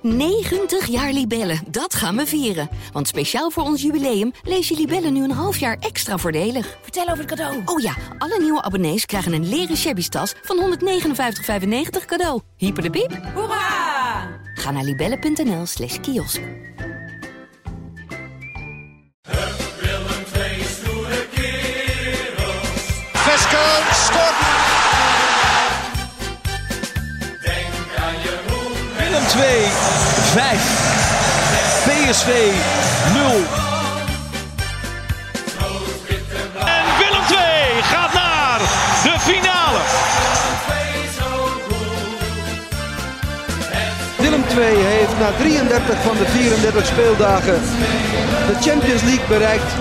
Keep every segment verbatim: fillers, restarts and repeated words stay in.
negentig jaar Libellen, dat gaan we vieren. Want speciaal voor ons jubileum lees je Libellen nu een half jaar extra voordelig. Vertel over het cadeau. Oh ja, alle nieuwe abonnees krijgen een leren shabby tas van honderdnegenenvijftig vijfennegentig cadeau. Hyper de piep. Hoera! Ga naar libellen.nl slash kiosk. Willem twee stoere kerels. Vesker, stop! Denk aan Jeroen. Willem twee, vijf. P S V, nul. En Willem twee gaat naar de finale. Willem twee heeft na drieëndertig van de vierendertig speeldagen de Champions League bereikt.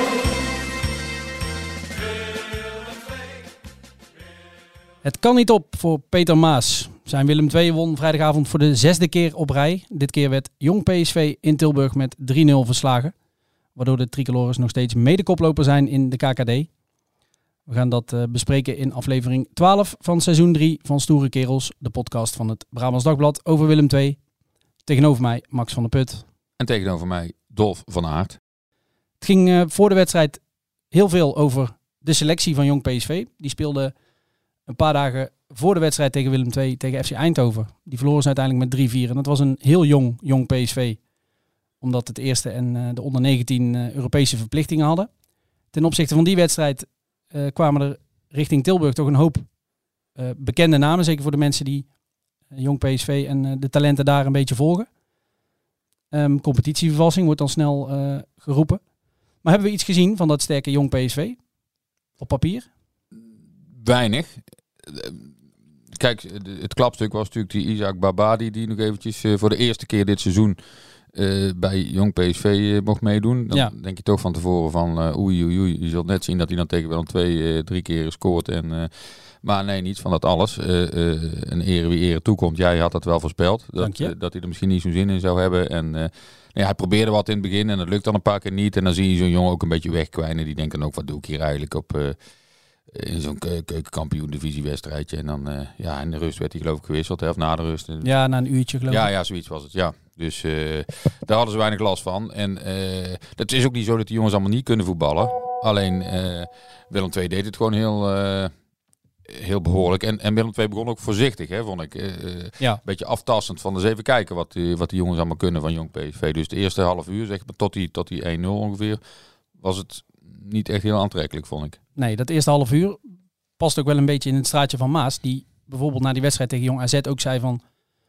Het kan niet op voor Peter Maas. Zijn Willem twee won vrijdagavond voor de zesde keer op rij. Dit keer werd Jong P S V in Tilburg met drie nul verslagen. Waardoor de tricolores nog steeds medekoploper zijn in de K K D. We gaan dat uh, bespreken in aflevering twaalf van seizoen drie van Stoere Kerels. De podcast van het Brabants Dagblad over Willem twee. Tegenover mij Max van der Put. En tegenover mij Dolf van Aert. Het ging uh, voor de wedstrijd heel veel over de selectie van Jong P S V. Die speelde een paar dagen voor de wedstrijd tegen Willem twee tegen F C Eindhoven. Die verloren ze uiteindelijk met drie vier. En dat was een heel jong, jong P S V. Omdat het eerste en uh, de onder negentien uh, Europese verplichtingen hadden. Ten opzichte van die wedstrijd uh, kwamen er richting Tilburg toch een hoop uh, bekende namen. Zeker voor de mensen die uh, Jong P S V en uh, de talenten daar een beetje volgen. Um, competitievervalsing wordt dan snel uh, geroepen. Maar hebben we iets gezien van dat sterke Jong P S V? Op papier? Weinig. Kijk, het klapstuk was natuurlijk die Isaac Babadi die nog eventjes voor de eerste keer dit seizoen uh, bij Jong P S V uh, mocht meedoen. Dan ja. denk je toch van tevoren van uh, oei oei oei. Je zult net zien dat hij dan tegen Willem twee uh, drie keer scoort. En, uh, maar nee, niets van dat alles. Uh, uh, een ere wie ere toekomt. Jij had dat wel voorspeld. Dat, uh, dat hij er misschien niet zo'n zin in zou hebben. En uh, ja, hij probeerde wat in het begin en dat lukt dan een paar keer niet. En dan zie je zo'n jongen ook een beetje wegkwijnen. Die denkt dan ook, wat doe ik hier eigenlijk op... Uh, in zo'n keukenkampioen-divisiewedstrijdje. En dan, uh, ja, in de rust werd hij geloof ik gewisseld, hè, of na de rust. Ja, na een uurtje geloof ik. Ja, ja, zoiets was het, ja. Dus uh, daar hadden ze weinig last van. En uh, het is ook niet zo dat die jongens allemaal niet kunnen voetballen. Alleen uh, Willem twee deed het gewoon heel, uh, heel behoorlijk. En, en Willem twee begon ook voorzichtig, hè, vond ik. Uh, ja. Een beetje aftastend van eens even kijken wat, uh, wat die jongens allemaal kunnen van Jong P S V. Dus de eerste half uur, zeg maar, tot die, tot die één nul ongeveer, was het niet echt heel aantrekkelijk, vond ik. Nee, dat eerste half uur past ook wel een beetje in het straatje van Maas. Die bijvoorbeeld na die wedstrijd tegen Jong A Z ook zei van...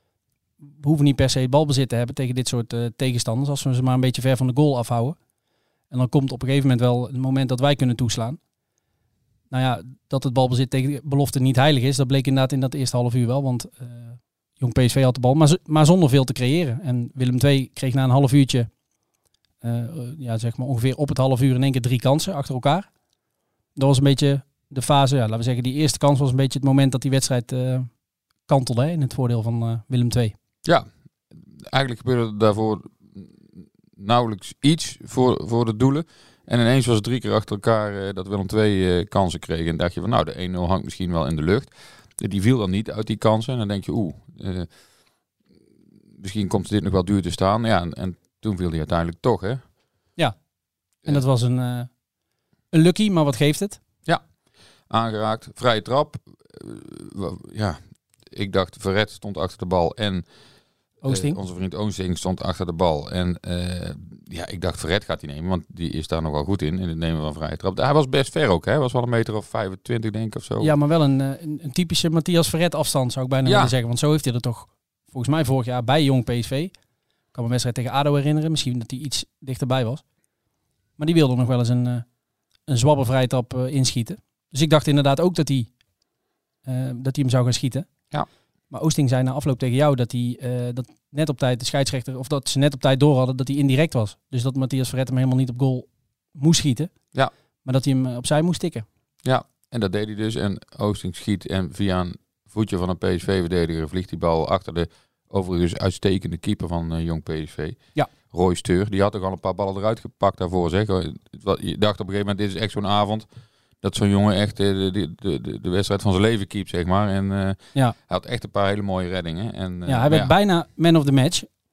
we hoeven niet per se balbezit te hebben tegen dit soort uh, tegenstanders. Als we ze maar een beetje ver van de goal afhouden. En dan komt op een gegeven moment wel het moment dat wij kunnen toeslaan. Nou ja, dat het balbezit tegen belofte niet heilig is. Dat bleek inderdaad in dat eerste half uur wel. Want uh, Jong P S V had de bal, maar, z- maar zonder veel te creëren. En Willem twee kreeg na een half uurtje... Uh, ja, zeg maar ongeveer op het half uur in één keer drie kansen achter elkaar. Dat was een beetje de fase, ja, laten we zeggen, die eerste kans was een beetje het moment dat die wedstrijd uh, kantelde hè, in het voordeel van uh, Willem twee. Ja, eigenlijk gebeurde daarvoor nauwelijks iets voor, voor de doelen. En ineens was het drie keer achter elkaar uh, dat Willem twee uh, kansen kreeg. En dacht je van nou, de één nul hangt misschien wel in de lucht. Die viel dan niet uit die kansen. En dan denk je, oeh, uh, misschien komt dit nog wel duur te staan. Ja, en, en toen viel hij uiteindelijk toch, hè? Ja, en dat was een, uh, een lucky, maar wat geeft het? Ja, aangeraakt, vrije trap. Uh, ja, ik dacht, Verret stond achter de bal en Oosting. Uh, onze vriend Oosting stond achter de bal. En uh, ja, ik dacht, Verret gaat hij nemen, want die is daar nog wel goed in, in het nemen van vrije trap. Hij was best ver ook, hè? Hij was wel een meter of vijfentwintig, denk ik, of zo. Ja, maar wel een, een, een typische Matthias Verret afstand, zou ik bijna ja. willen zeggen. Want zo heeft hij er toch, volgens mij vorig jaar bij Jong P S V... Ik kan me een wedstrijd tegen A D O herinneren. Misschien dat hij iets dichterbij was. Maar die wilde nog wel eens een, uh, een zwabbervrije trap uh, inschieten. Dus ik dacht inderdaad ook dat hij, uh, dat hij hem zou gaan schieten. Ja. Maar Oosting zei na afloop tegen jou dat hij uh, dat net op tijd de scheidsrechter... of dat ze net op tijd door hadden dat hij indirect was. Dus dat Matthias Verret hem helemaal niet op goal moest schieten. Ja. Maar dat hij hem uh, opzij moest tikken. Ja, en dat deed hij dus. En Oosting schiet en via een voetje van een P S V-verdediger vliegt die bal achter de... overigens uitstekende keeper van uh, Jong P S V. Ja. Roy Steur. Die had ook al een paar ballen eruit gepakt daarvoor. Zeg. Je dacht op een gegeven moment, dit is echt zo'n avond... dat zo'n jongen echt uh, de, de, de, de wedstrijd van zijn leven keept, zeg maar. En uh, ja. hij had echt een paar hele mooie reddingen. En, uh, ja, hij werd ja. bijna man of the match.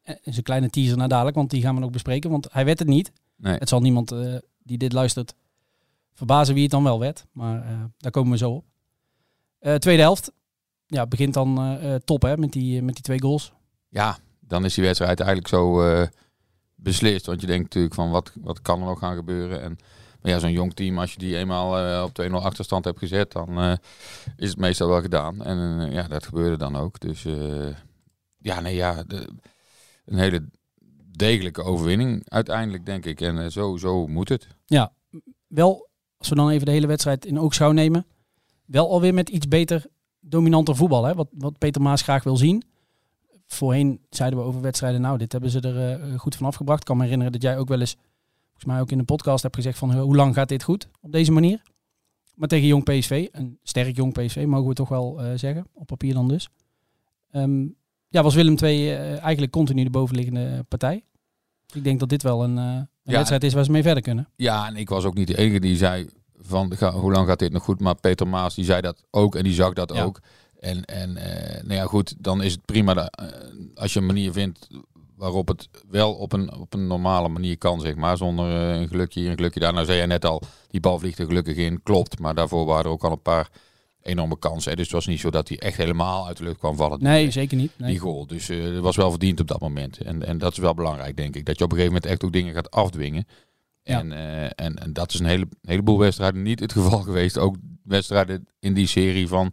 En is een kleine teaser naar dadelijk, want die gaan we nog bespreken. Want hij werd het niet. Nee. Het zal niemand uh, die dit luistert verbazen wie het dan wel werd. Maar uh, daar komen we zo op. Uh, tweede helft. Ja, begint dan uh, top hè, met die, met die twee goals. Ja, dan is die wedstrijd eigenlijk zo uh, beslist. Want je denkt natuurlijk van wat, wat kan er nog gaan gebeuren. En maar ja, zo'n jong team, als je die eenmaal uh, op twee nul achterstand hebt gezet, dan uh, is het meestal wel gedaan. En uh, ja, dat gebeurde dan ook. Dus uh, ja, nee, ja, de, een hele degelijke overwinning uiteindelijk, denk ik. En uh, zo, zo moet het. Ja, wel, als we dan even de hele wedstrijd in oogschouw nemen, wel alweer met iets beter, dominanter voetbal. Hè? Wat, wat Peter Maas graag wil zien. Voorheen zeiden we over wedstrijden, nou, dit hebben ze er uh, goed van afgebracht. Ik kan me herinneren dat jij ook wel eens, volgens mij ook in de podcast, hebt gezegd van hoe lang gaat dit goed op deze manier. Maar tegen jong P S V, een sterk jong P S V, mogen we toch wel uh, zeggen, op papier dan dus. Um, ja, was Willem twee uh, eigenlijk continu de bovenliggende partij. Ik denk dat dit wel een, uh, een ja, wedstrijd is waar ze mee verder kunnen. Ja, en ik was ook niet de enige die zei van ga, hoe lang gaat dit nog goed. Maar Peter Maas die zei dat ook en die zag dat ja. ook. En, en uh, nou ja, goed, dan is het prima dat, uh, als je een manier vindt waarop het wel op een, op een normale manier kan, zeg maar. Zonder uh, een gelukje hier, een gelukje daar. Nou zei jij net al, die bal vliegt er gelukkig in. Klopt, maar daarvoor waren er ook al een paar enorme kansen. Hè. Dus het was niet zo dat hij echt helemaal uit de lucht kwam vallen. Nee, die, zeker niet. Nee. Die goal. Dus het uh, was wel verdiend op dat moment. En, en dat is wel belangrijk, denk ik. Dat je op een gegeven moment echt ook dingen gaat afdwingen. Ja. En, uh, en, en dat is een hele, heleboel wedstrijden niet het geval geweest. Ook wedstrijden in die serie van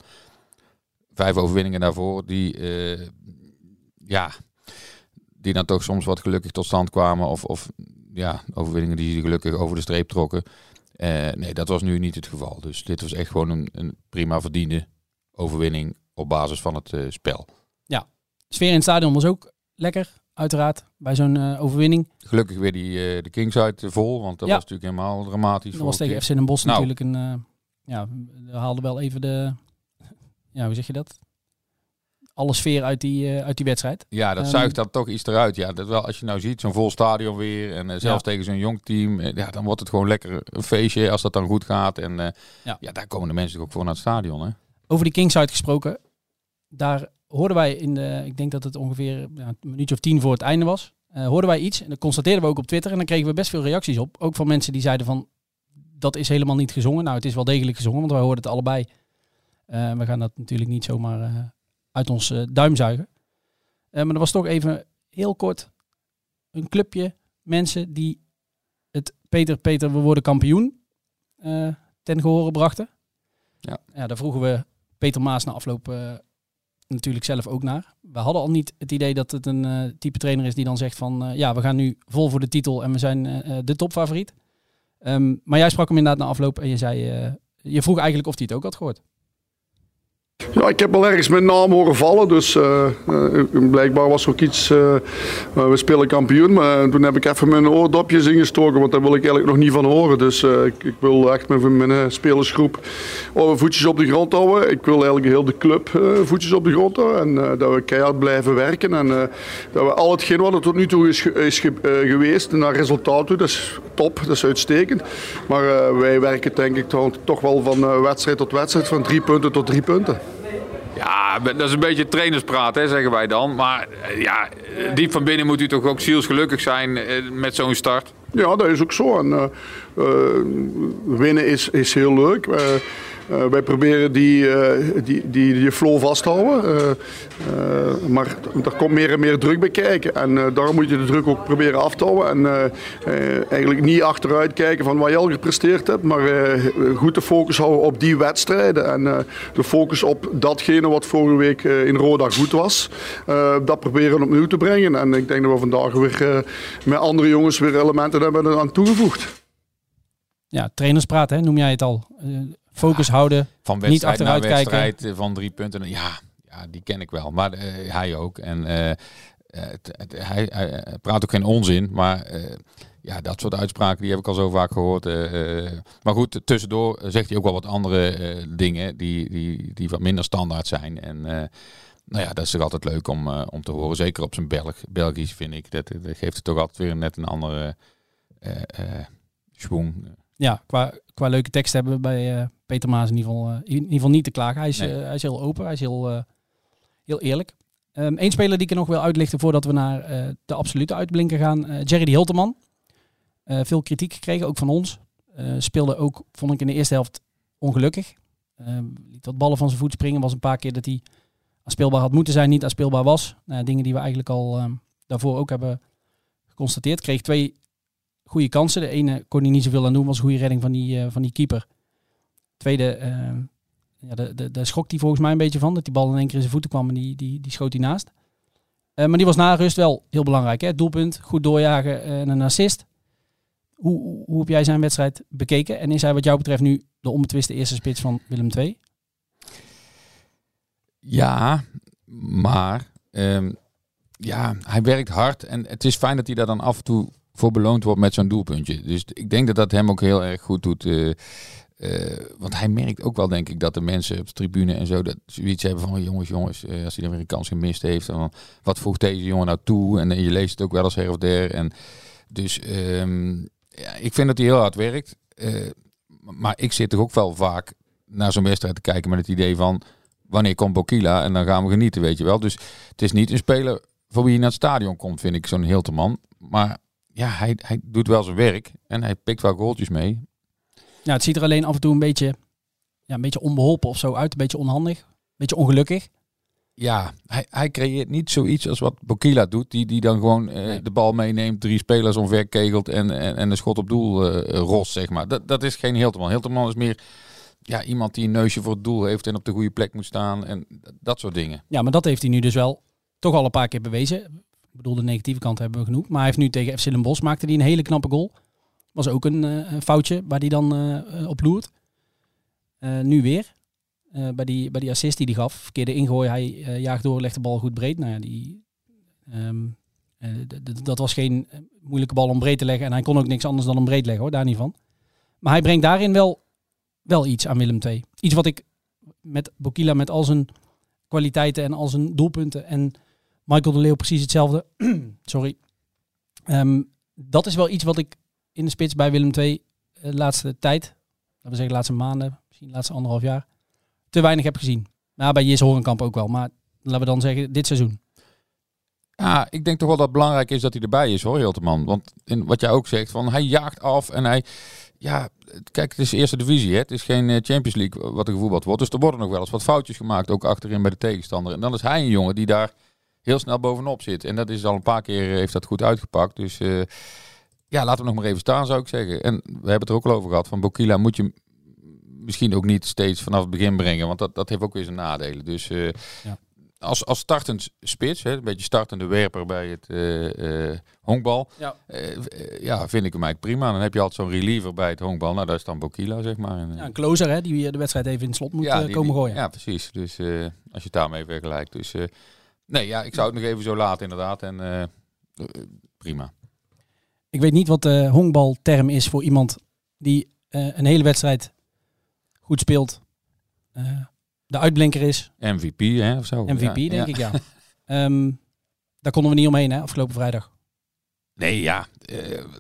vijf overwinningen daarvoor. Die, uh, ja, die dan toch soms wat gelukkig tot stand kwamen. Of, of ja, overwinningen die gelukkig over de streep trokken. Uh, nee, dat was nu niet het geval. Dus dit was echt gewoon een, een prima verdiende overwinning op basis van het uh, spel. Ja, de sfeer in het stadion was ook lekker, uiteraard, bij zo'n uh, overwinning. Gelukkig weer die, uh, de Kingside vol, want dat ja. was natuurlijk helemaal dramatisch. Dat was tegen F C Den Bosch nou. natuurlijk een... Uh, ja, we haalden wel even de... Ja, hoe zeg je dat? Alle sfeer uit die, uh, uit die wedstrijd. Ja, dat um, zuigt dan toch iets eruit. Ja, dat wel, als je nou ziet, zo'n vol stadion weer. En uh, zelfs ja. tegen zo'n jong team. Uh, ja, dan wordt het gewoon lekker een feestje als dat dan goed gaat. En uh, ja. ja, daar komen de mensen ook voor naar het stadion. Hè? Over die Kingside gesproken. Daar hoorden wij in de... Ik denk dat het ongeveer ja, een minuutje of tien voor het einde was. Uh, hoorden wij iets. En dat constateerden we ook op Twitter. En dan kregen we best veel reacties op. Ook van mensen die zeiden van... Dat is helemaal niet gezongen. Nou, het is wel degelijk gezongen. Want wij hoorden het allebei. Uh, we gaan dat natuurlijk niet zomaar... Uh, uit ons uh, duim zuigen. Uh, maar er was toch even heel kort een clubje mensen die het Peter, Peter, we worden kampioen uh, ten gehore brachten. Ja. Ja, daar vroegen we Peter Maas na afloop uh, natuurlijk zelf ook naar. We hadden al niet het idee dat het een uh, type trainer is die dan zegt van uh, ja, we gaan nu vol voor de titel en we zijn uh, de topfavoriet. Um, maar jij sprak hem inderdaad na afloop en je zei, uh, je vroeg eigenlijk of hij het ook had gehoord. Ja, ik heb wel ergens mijn naam horen vallen, dus uh, uh, blijkbaar was er ook iets, uh, uh, we spelen kampioen, maar toen heb ik even mijn oordopjes ingestoken, want daar wil ik eigenlijk nog niet van horen. Dus uh, ik, ik wil echt met mijn uh, spelersgroep oh, voetjes op de grond houden. Ik wil eigenlijk heel de club uh, voetjes op de grond houden en uh, dat we keihard blijven werken en uh, dat we al hetgeen wat er tot nu toe is, is ge, uh, geweest naar resultaat toe, dat is top, dat is uitstekend. Maar uh, wij werken denk ik toch, toch wel van uh, wedstrijd tot wedstrijd, van drie punten tot drie punten. Ja, dat is een beetje trainerspraat, hè, zeggen wij dan. Maar ja, diep van binnen moet u toch ook zielsgelukkig zijn met zo'n start? Ja, dat is ook zo. En, uh, uh, winnen is, is heel leuk. Uh, uh, wij proberen die, uh, die, die, die flow vasthouden. Uh, uh, maar er komt meer en meer druk bij kijken. En uh, daarom moet je de druk ook proberen af te houden. En uh, uh, eigenlijk niet achteruit kijken van wat je al gepresteerd hebt. Maar uh, goed de focus houden op die wedstrijden. En uh, de focus op datgene wat vorige week uh, in Roda goed was. Uh, dat proberen opnieuw te brengen. En ik denk dat we vandaag weer uh, met andere jongens weer elementen hebben aan toegevoegd. Ja, trainerspraat, hè, noem jij het al. Uh, focus ja, houden, van wedstrijd niet achteruit naar wedstrijd, kijken. Van drie punten. Ja, ja, die ken ik wel. Maar uh, hij ook. En uh, het, het, hij, hij praat ook geen onzin. Maar uh, ja, dat soort uitspraken die heb ik al zo vaak gehoord. Uh, uh, maar goed, tussendoor zegt hij ook wel wat andere uh, dingen die, die, die wat minder standaard zijn. En uh, nou ja, dat is toch altijd leuk om, uh, om te horen. Zeker op zijn Belg, Belgisch, vind ik. Dat, dat geeft het toch altijd weer net een andere uh, uh, schwung. Ja, qua, qua leuke tekst hebben we bij uh, Peter Maas in ieder, geval, uh, in ieder geval niet te klagen. Hij is, nee. uh, hij is heel open, hij is heel, uh, heel eerlijk. Um, Eén speler die ik er nog wil uitlichten voordat we naar uh, de absolute uitblinker gaan. Uh, Jerry de Hilterman. Uh, veel kritiek gekregen, ook van ons. Uh, speelde ook, vond ik in de eerste helft ongelukkig. Uh, liet wat ballen van zijn voet springen. Was een paar keer dat hij aanspeelbaar had moeten zijn, niet aanspeelbaar was. Uh, dingen die we eigenlijk al uh, daarvoor ook hebben geconstateerd. Kreeg twee goede kansen. De ene kon hij niet zoveel aan doen, was een goede redding van die, uh, van die keeper. Tweede, uh, ja, de, de, daar schrok hij volgens mij een beetje van. Dat die bal in één keer in zijn voeten kwam en die, die, die schoot hij naast. Uh, maar die was na rust wel heel belangrijk. Hè? Doelpunt, goed doorjagen en een assist. Hoe, hoe, hoe heb jij zijn wedstrijd bekeken? En is hij wat jou betreft nu de onbetwiste eerste spits van Willem twee? Ja, maar um, ja, hij werkt hard. En het is fijn dat hij daar dan af en toe voor beloond wordt met zo'n doelpuntje. Dus ik denk dat dat hem ook heel erg goed doet. Uh, uh, want hij merkt ook wel, denk ik, dat de mensen op de tribune en zo dat zoiets hebben van, oh, jongens, jongens, uh, als hij dan weer een kans gemist heeft, dan, wat voegt deze jongen nou toe? En uh, je leest het ook wel eens her of der. En dus um, ja, ik vind dat hij heel hard werkt. Uh, maar ik zit toch ook wel vaak naar zo'n wedstrijd te kijken met het idee van, wanneer komt Bokila? En dan gaan we genieten, weet je wel. Dus het is niet een speler voor wie je naar het stadion komt, vind ik, zo'n Hilterman. Maar ja, hij, hij doet wel zijn werk en hij pikt wel goaltjes mee. Ja, het ziet er alleen af en toe een beetje, ja, een beetje onbeholpen of zo uit. Een beetje onhandig, een beetje ongelukkig. Ja, hij, hij creëert niet zoiets als wat Bokila doet. Die, die dan gewoon uh, nee. de bal meeneemt, drie spelers omver kegelt en, en, en een schot op doel uh, rost, zeg maar. Dat, dat is geen Hilterman. Hilterman is meer ja, iemand die een neusje voor het doel heeft en op de goede plek moet staan en dat soort dingen. Ja, maar dat heeft hij nu dus wel toch al een paar keer bewezen. Ik bedoel, de negatieve kant hebben we genoeg. Maar hij heeft nu tegen F C Den Bosch maakte hij een hele knappe goal. Was ook een, uh, een foutje waar hij dan uh, op loert. Uh, nu weer. Uh, bij, die, bij die assist die hij gaf. Verkeerde ingooi. Hij uh, jaagt door, legt de bal goed breed. Nou ja, die, um, uh, d- d- dat was geen moeilijke bal om breed te leggen. En hij kon ook niks anders dan om breed leggen, hoor. Daar niet van. Maar hij brengt daarin wel, wel iets aan Willem twee. Iets wat ik met Bokila, met al zijn kwaliteiten en al zijn doelpunten en Michael de Leeuw precies hetzelfde. Sorry. Um, dat is wel iets wat ik in de spits bij Willem twee de laatste tijd, laten we zeggen de laatste maanden, misschien de laatste anderhalf jaar, te weinig heb gezien. Nou, bij Jis Horenkamp ook wel, maar laten we dan zeggen dit seizoen. Ja, ik denk toch wel dat het belangrijk is dat hij erbij is, hoor, Hilterman. Want in wat jij ook zegt, van hij jaagt af en hij, ja, kijk, het is eerste divisie, hè? Het is geen Champions League wat er gevoetbald wordt. Dus er worden nog wel eens wat foutjes gemaakt, ook achterin bij de tegenstander. En dan is hij een jongen die daar heel snel bovenop zit. En dat is al een paar keer, heeft dat goed uitgepakt. Dus uh, ja, laten we nog maar even staan, zou ik zeggen. En we hebben het er ook al over gehad, van Bokila moet je misschien ook niet steeds vanaf het begin brengen, want dat, dat heeft ook weer zijn nadelen. Dus uh, ja. als, als startend spits, hè, een beetje startende werper bij het uh, uh, honkbal, ja. Uh, uh, ja, vind ik hem eigenlijk prima. Dan heb je altijd zo'n reliever bij het honkbal. Nou, dat is dan Bokila, zeg maar. En, ja, een closer, hè, die de wedstrijd even in het slot moet ja, uh, die, komen gooien. Ja, precies. Dus uh, als je het daarmee vergelijkt. Dus uh, nee, ja, ik zou het nog even zo laten, inderdaad. En uh, uh, prima. Ik weet niet wat de honkbalterm is voor iemand die uh, een hele wedstrijd goed speelt. Uh, de uitblinker is. M V P, hè, of zo. M V P, ja, denk ja. ik, ja. um, daar konden we niet omheen, hè, afgelopen vrijdag. Nee, ja. Uh, uh,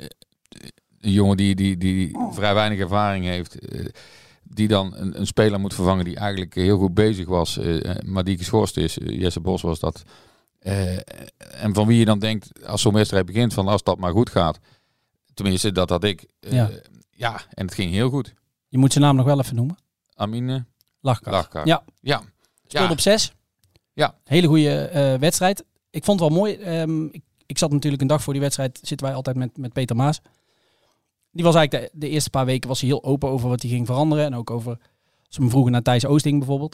een jongen die, die, die vrij weinig ervaring heeft, uh, die dan een, een speler moet vervangen die eigenlijk heel goed bezig was, uh, maar die geschorst is. Uh, Jesse Bos was dat. Uh, en van wie je dan denkt, als zo'n wedstrijd begint, van als dat maar goed gaat. Tenminste, dat had ik. Uh, ja. ja, en het ging heel goed. Je moet zijn naam nog wel even noemen. Amine Lachkar. Lachkar. Ja. ja. Speelde ja. op zes. Ja. Hele goede uh, wedstrijd. Ik vond het wel mooi. Um, ik, ik zat natuurlijk een dag voor die wedstrijd, zitten wij altijd met, met Peter Maas. Die was eigenlijk de, de eerste paar weken was hij heel open over wat hij ging veranderen. En ook over, ze me vroegen naar Thijs Oosting bijvoorbeeld.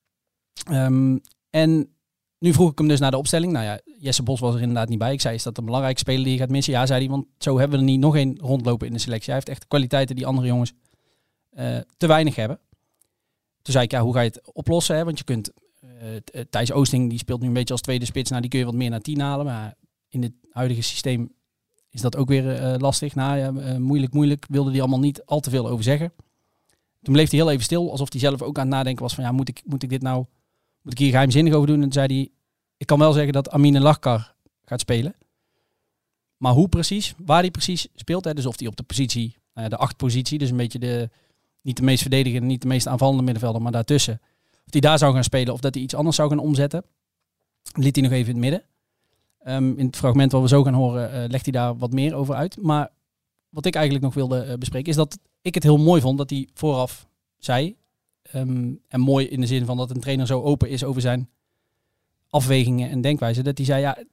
Um, en nu vroeg ik hem dus naar de opstelling. Nou ja, Jesse Bos was er inderdaad niet bij. Ik zei, is dat een belangrijke speler die je gaat missen? Ja, zei hij, want zo hebben we er niet nog één rondlopen in de selectie. Hij heeft echt kwaliteiten die andere jongens uh, te weinig hebben. Toen zei ik, ja, hoe ga je het oplossen? Hè? Want je kunt, uh, Thijs Oosting, die speelt nu een beetje als tweede spits. Nou, die kun je wat meer naar tien halen. Maar in het huidige systeem is dat ook weer uh, lastig. Nou ja, uh, moeilijk, moeilijk. Wilde hij allemaal niet al te veel over zeggen. Toen bleef hij heel even stil, alsof hij zelf ook aan het nadenken was van, ja, moet ik, moet ik dit nou, moet ik hier geheimzinnig over doen? En toen zei hij, ik kan wel zeggen dat Amine Lachkar gaat spelen. Maar hoe precies, waar hij precies speelt, hè, dus of hij op de positie, uh, de acht positie, dus een beetje de, niet de meest verdedigende, niet de meest aanvallende middenvelder, maar daartussen. Of hij daar zou gaan spelen of dat hij iets anders zou gaan omzetten. liet hij nog even in het midden. Um, in het fragment wat we zo gaan horen, uh, legt hij daar wat meer over uit. Maar wat ik eigenlijk nog wilde uh, bespreken, is dat ik het heel mooi vond dat hij vooraf zei. Um, en mooi in de zin van dat een trainer zo open is over zijn afwegingen en denkwijze. Dat hij zei, ja,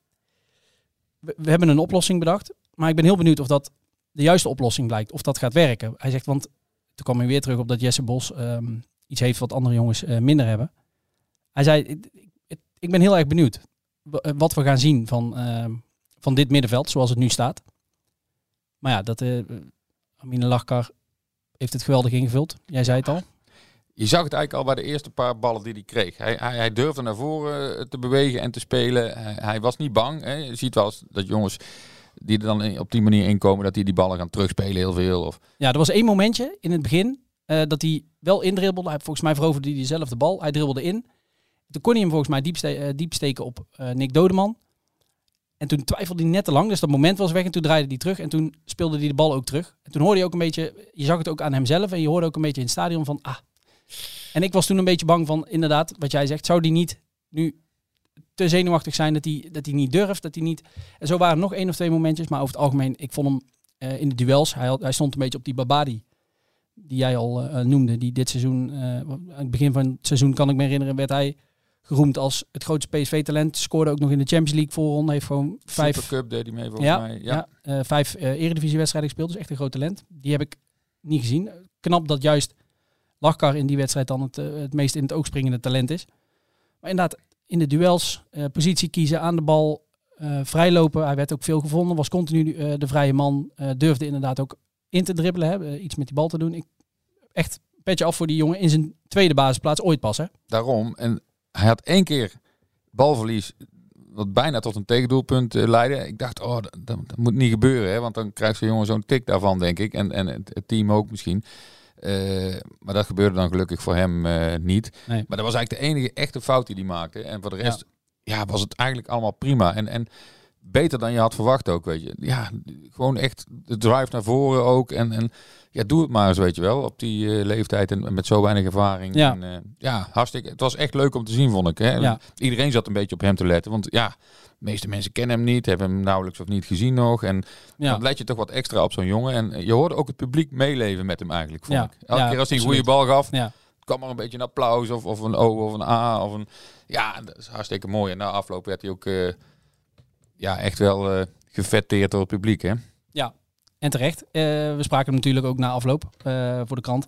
we, we hebben een oplossing bedacht. Maar ik ben heel benieuwd of dat de juiste oplossing blijkt. Of dat gaat werken. Hij zegt, want toen kwam hij weer terug op dat Jesse Bos um, iets heeft wat andere jongens uh, minder hebben. Hij zei, ik, ik, ik ben heel erg benieuwd wat we gaan zien van, uh, van dit middenveld, zoals het nu staat. Maar ja, dat uh, Amine Lachkar heeft het geweldig ingevuld. Jij zei het al. Je zag het eigenlijk al bij de eerste paar ballen die hij kreeg. Hij, hij, hij durfde naar voren te bewegen en te spelen. Hij, hij was niet bang. Hè. Je ziet wel eens dat jongens die er dan op die manier inkomen, dat die die ballen gaan terugspelen heel veel. Of... Ja, er was één momentje in het begin uh, dat hij wel indribbelde. Hij, volgens mij veroverde hij diezelfde bal. Hij dribbelde in. Toen kon hij hem volgens mij diep, ste- uh, diep steken op uh, Nick Dodeman. En toen twijfelde hij net te lang. Dus dat moment was weg en toen draaide hij terug. En toen speelde hij de bal ook terug. En toen hoorde je ook een beetje, je zag het ook aan hemzelf. En je hoorde ook een beetje in het stadion van, ah. En ik was toen een beetje bang van, inderdaad, wat jij zegt. Zou die niet nu te zenuwachtig zijn dat hij, dat hij niet durft? Dat hij niet... En zo waren er nog één of twee momentjes. Maar over het algemeen, ik vond hem uh, in de duels. Hij, had, hij stond een beetje op die Babadi. Die jij al uh, noemde. Die dit seizoen, uh, aan het begin van het seizoen kan ik me herinneren, werd hij geroemd als het grootste P S V-talent. Scoorde ook nog in de Champions League voorronde. Heeft gewoon vijf... Supercup deed hij mee volgens ja, mij. Ja, ja uh, vijf uh, eredivisiewedstrijden gespeeld. Dus echt een groot talent. Die heb ik niet gezien. Knap dat juist Lachkar in die wedstrijd dan het, uh, het meest in het oog springende talent is. Maar inderdaad, in de duels, uh, positie kiezen, aan de bal, uh, vrijlopen. Hij werd ook veel gevonden. Was continu uh, de vrije man. Uh, durfde inderdaad ook in te dribbelen. Hè, uh, iets met die bal te doen. Ik, echt petje af voor die jongen in zijn tweede basisplaats ooit pas. Hè? Daarom. En hij had één keer balverlies wat bijna tot een tegendoelpunt uh, leidde. Ik dacht, oh, dat, dat, dat moet niet gebeuren. Hè? Want dan krijgt zo'n jongen zo'n tik daarvan, denk ik. En, en het, het team ook misschien. Uh, maar dat gebeurde dan gelukkig voor hem uh, niet. Nee. Maar dat was eigenlijk de enige echte fout die hij maakte. En voor de rest ja. Ja, was het eigenlijk allemaal prima. En, en beter dan je had verwacht ook, weet je. Ja, gewoon echt de drive naar voren ook. En, en ja, doe het maar eens, weet je wel. Op die uh, leeftijd en, en met zo weinig ervaring. Ja. En, uh, ja, hartstikke. Het was echt leuk om te zien, vond ik. Hè? Ja. Iedereen zat een beetje op hem te letten. Want ja, de meeste mensen kennen hem niet. Hebben hem nauwelijks of niet gezien nog. En ja. dan let je toch wat extra op zo'n jongen. En je hoorde ook het publiek meeleven met hem eigenlijk, vond Ja. ik. Elke Ja, keer als hij een absoluut. goede bal gaf, Ja. kwam er een beetje een applaus. Of, of een O of een A. Of een... Ja, dat is hartstikke mooi. En na afloop werd hij ook uh, ja, echt wel uh, gefetteerd door het publiek, hè? Ja, en terecht. Uh, we spraken hem natuurlijk ook na afloop uh, voor de krant.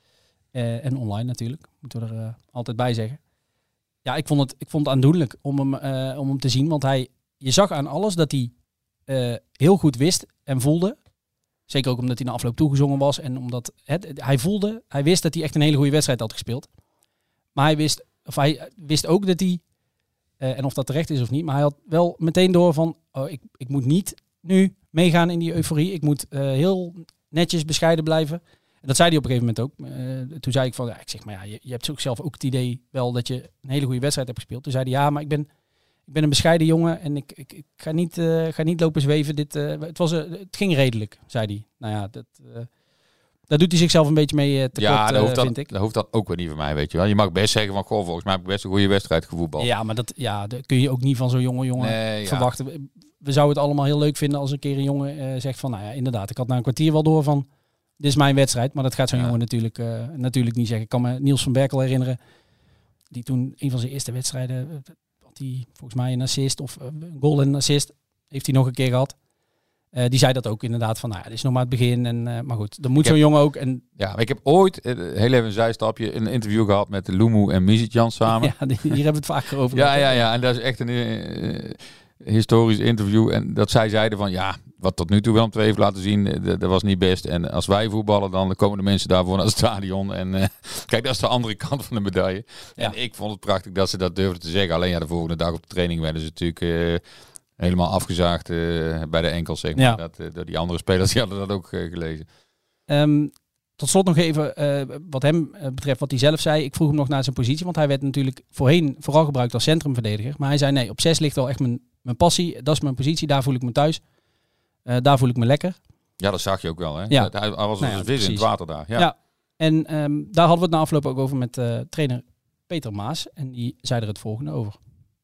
Uh, en online natuurlijk, moeten we er uh, altijd bij zeggen. Ja, ik vond het, ik vond het aandoenlijk om hem, uh, om hem te zien. Want hij, je zag aan alles dat hij uh, heel goed wist en voelde. Zeker ook omdat hij na afloop toegezongen was. En omdat het, hij voelde, hij wist dat hij echt een hele goede wedstrijd had gespeeld. Maar hij wist, of hij wist ook dat hij, uh, en of dat terecht is of niet, maar hij had wel meteen door van, oh, ik, ik moet niet nu meegaan in die euforie. Ik moet uh, heel netjes, bescheiden blijven. En dat zei hij op een gegeven moment ook. Uh, toen zei ik van, ja, ik zeg maar ja, je, je hebt ook zelf ook het idee wel dat je een hele goede wedstrijd hebt gespeeld. Toen zei hij, ja, maar ik ben, ik ben een bescheiden jongen en ik, ik, ik ga, niet, uh, ga niet lopen zweven. Dit, uh, het, was, uh, het ging redelijk, zei hij. Nou ja, dat, uh, daar doet hij zichzelf een beetje mee uh, tekort, ja, dat hoeft, uh, dan, vind ik. dat hoeft dan ook weer niet van mij, weet je wel. Je mag best zeggen van, goh, volgens mij heb ik best een goede wedstrijd gevoetbald. Ja, maar dat, ja, dat kun je ook niet van zo'n jonge jongen Nee, verwachten. Ja. We zouden het allemaal heel leuk vinden als een keer een jongen uh, zegt van, nou ja, inderdaad, ik had na een kwartier wel door van, dit is mijn wedstrijd. Maar dat gaat zo'n Ja. jongen natuurlijk, uh, natuurlijk niet zeggen. Ik kan me Niels van Berkel herinneren, die toen een van zijn eerste wedstrijden, uh, had hij volgens mij een assist of uh, een goal en een assist, heeft hij nog een keer gehad. Uh, die zei dat ook inderdaad van, nou ja, dit is nog maar het begin. En, uh, maar goed, dan moet Ik zo'n heb- jongen ook. En Ja, maar ik heb ooit, uh, heel even een zijstapje, een interview gehad met Lumu en Misitjan samen. ja, die- hier hebben we het vaker over Ja, gehad. ja, ja. En dat is echt een uh, historisch interview. En dat zij zeiden van, ja, wat tot nu toe Willem twee heeft laten zien, uh, dat, dat was niet best. En als wij voetballen, dan komen de mensen daarvoor naar het stadion. En uh, kijk, dat is de andere kant van de medaille. Ja. En ik vond het prachtig dat ze dat durfden te zeggen. Alleen ja, de volgende dag op de training werden ze natuurlijk uh, helemaal afgezaagd uh, bij de enkels, zeg maar. Ja. Dat, uh, door die andere spelers, die hadden dat ook uh, gelezen. Ehm, tot slot nog even uh, wat hem uh, betreft, wat hij zelf zei. Ik vroeg hem nog naar zijn positie, want hij werd natuurlijk voorheen vooral gebruikt als centrumverdediger. Maar hij zei, nee, op zes ligt wel echt mijn, mijn passie. Dat is mijn positie, daar voel ik me thuis. Uh, daar voel ik me lekker. Ja, dat zag je ook wel, hè? Ja. Dat, hij, hij was als Nou ja, een vis in het precies. water daar. Ja. Ja. En um, daar hadden we het na afloop ook over met uh, trainer Peter Maas. En die zei er het volgende over.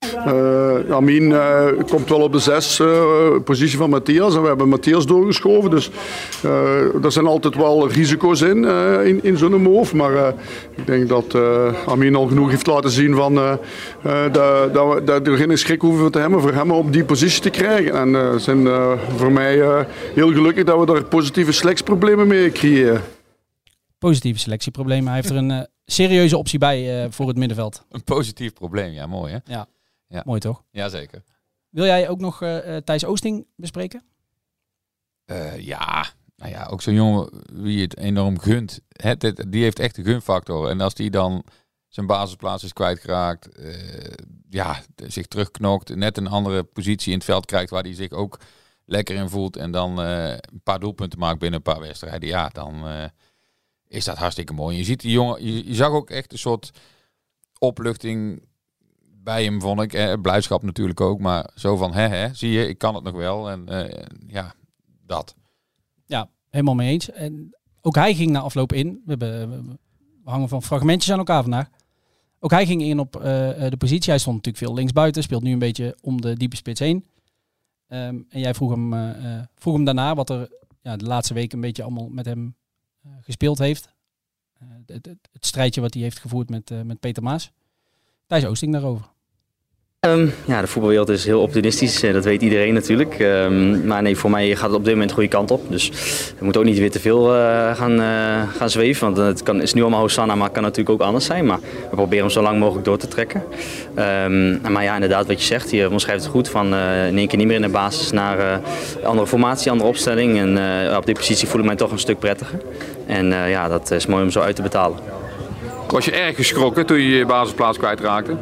Uh, Amin uh, komt wel op de zes uh, positie van Matthias en we hebben Matthias doorgeschoven. Dus uh, er zijn altijd wel risico's in, uh, in, in zo'n move. Maar uh, ik denk dat uh, Amin al genoeg heeft laten zien van, uh, uh, dat, dat, we, dat we geen schrik hoeven te hebben voor hem op die positie te krijgen. En uh, zijn uh, voor mij uh, heel gelukkig dat we daar positieve selectieproblemen mee creëren. Positieve selectieproblemen. Hij heeft er een uh, serieuze optie bij uh, voor het middenveld. Een positief probleem, ja, mooi hè? Ja. Ja. Mooi toch? Jazeker. Wil jij ook nog uh, Thijs Oosting bespreken? Uh, ja, nou ja, ook zo'n jongen wie het enorm gunt. Hè, dit, die heeft echt een gunfactor. En als die dan zijn basisplaats is kwijtgeraakt, uh, ja, zich terugknokt, net een andere positie in het veld krijgt waar hij zich ook lekker in voelt en dan uh, een paar doelpunten maakt binnen een paar wedstrijden, ja, dan uh, is dat hartstikke mooi. Je ziet die jongen, je, je zag ook echt een soort opluchting bij hem, vond ik. Eh, blijdschap natuurlijk ook, maar zo van, hè, hè, zie je, ik kan het nog wel. En uh, ja, dat. Ja, helemaal mee eens. En ook hij ging na afloop in. We, hebben, we hangen van fragmentjes aan elkaar vandaag. Ook hij ging in op uh, de positie. Hij stond natuurlijk veel linksbuiten, speelt nu een beetje om de diepe spits heen. Um, en jij vroeg hem, uh, vroeg hem daarna wat er ja, de laatste week een beetje allemaal met hem uh, gespeeld heeft. Uh, het, het, het strijdje wat hij heeft gevoerd met, uh, met Peter Maas. Thijs Oosting daarover. Um, ja, de voetbalwereld is heel optimistisch, dat weet iedereen natuurlijk. Um, maar nee, voor mij gaat het op dit moment de goede kant op. Dus we moeten ook niet weer te veel uh, gaan, uh, gaan zweven. Want het kan, is nu allemaal Hosanna, maar het kan natuurlijk ook anders zijn. Maar we proberen hem zo lang mogelijk door te trekken. Um, maar ja, inderdaad wat je zegt, je omschrijft het goed. Van uh, in één keer niet meer in de basis naar uh, andere formatie, andere opstelling. En uh, op die positie voel ik mij toch een stuk prettiger. En uh, ja, dat is mooi om zo uit te betalen. Was je erg geschrokken toen je je basisplaats kwijtraakte?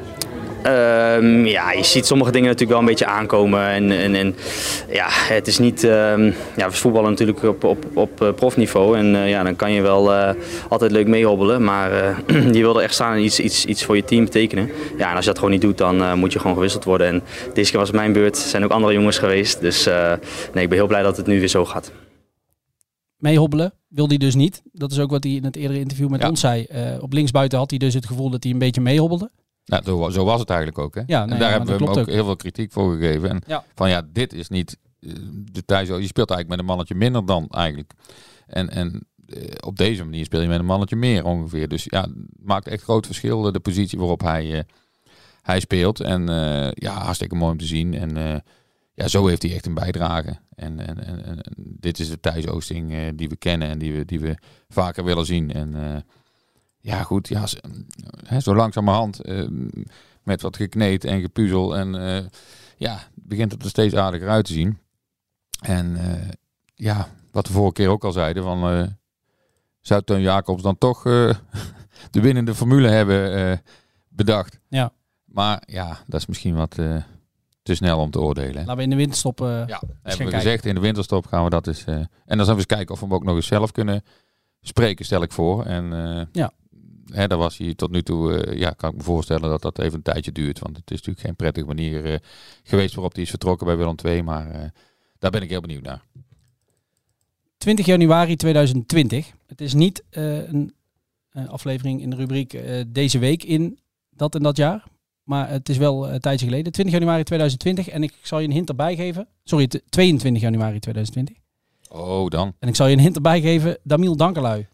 Um, ja, je ziet sommige dingen natuurlijk wel een beetje aankomen. En, en, en ja, het is niet. Um, ja, we voetballen natuurlijk op, op, op uh, profniveau. En uh, ja, dan kan je wel uh, altijd leuk meehobbelen. Maar uh, je wil er echt staan en iets, iets, iets voor je team betekenen. Ja, en als je dat gewoon niet doet, dan uh, moet je gewoon gewisseld worden. En deze keer was het mijn beurt. Er zijn ook andere jongens geweest. Dus uh, nee, ik ben heel blij dat het nu weer zo gaat. Meehobbelen wil hij dus niet. Dat is ook wat hij in het eerdere interview met ja. ons zei. Uh, op linksbuiten had hij dus het gevoel dat hij een beetje meehobbelde. Nou, zo, zo was het eigenlijk ook. Hè? Ja, nee, en daar ja, hebben we hem ook, ook heel veel kritiek voor gegeven. En ja. van ja, dit is niet uh, de Thijs. Je speelt eigenlijk met een mannetje minder dan eigenlijk. En, en uh, op deze manier speel je met een mannetje meer ongeveer. Dus ja, het maakt echt groot verschil de positie waarop hij, uh, hij speelt. En uh, ja, hartstikke mooi om te zien. En uh, ja, zo heeft hij echt een bijdrage. En, en, en, en dit is de Thijs Oosting uh, die we kennen en die we, die we vaker willen zien. En uh, ja, goed, ja, zo, hè, zo langzamerhand uh, met wat gekneed en gepuzzel en uh, ja, begint het er steeds aardiger uit te zien. En uh, ja, wat we vorige keer ook al zeiden, van uh, zou Teun Jacobs dan toch uh, de winnende formule hebben uh, bedacht. Ja. Maar ja, dat is misschien wat uh, te snel om te oordelen. Hè. Laten we in de winterstop uh, ja, hebben we gezegd, in de winterstop gaan we dat eens... Uh, en dan zullen we eens kijken of we hem ook nog eens zelf kunnen spreken, stel ik voor. En uh, ja. Hè, daar was hij tot nu toe, uh, ja, kan ik me voorstellen dat dat even een tijdje duurt. Want het is natuurlijk geen prettige manier uh, geweest waarop hij is vertrokken bij Willem twee. Maar uh, daar ben ik heel benieuwd naar. twintig januari tweeduizend twintig. Het is niet uh, een, een aflevering in de rubriek uh, deze week in dat en dat jaar. Maar het is wel een tijdje geleden. twintig januari tweeduizend twintig. En ik zal je een hint erbij geven. Sorry, tweeëntwintig januari tweeduizend twintig. Oh, dan. En ik zal je een hint erbij geven. Damiel Dankelui.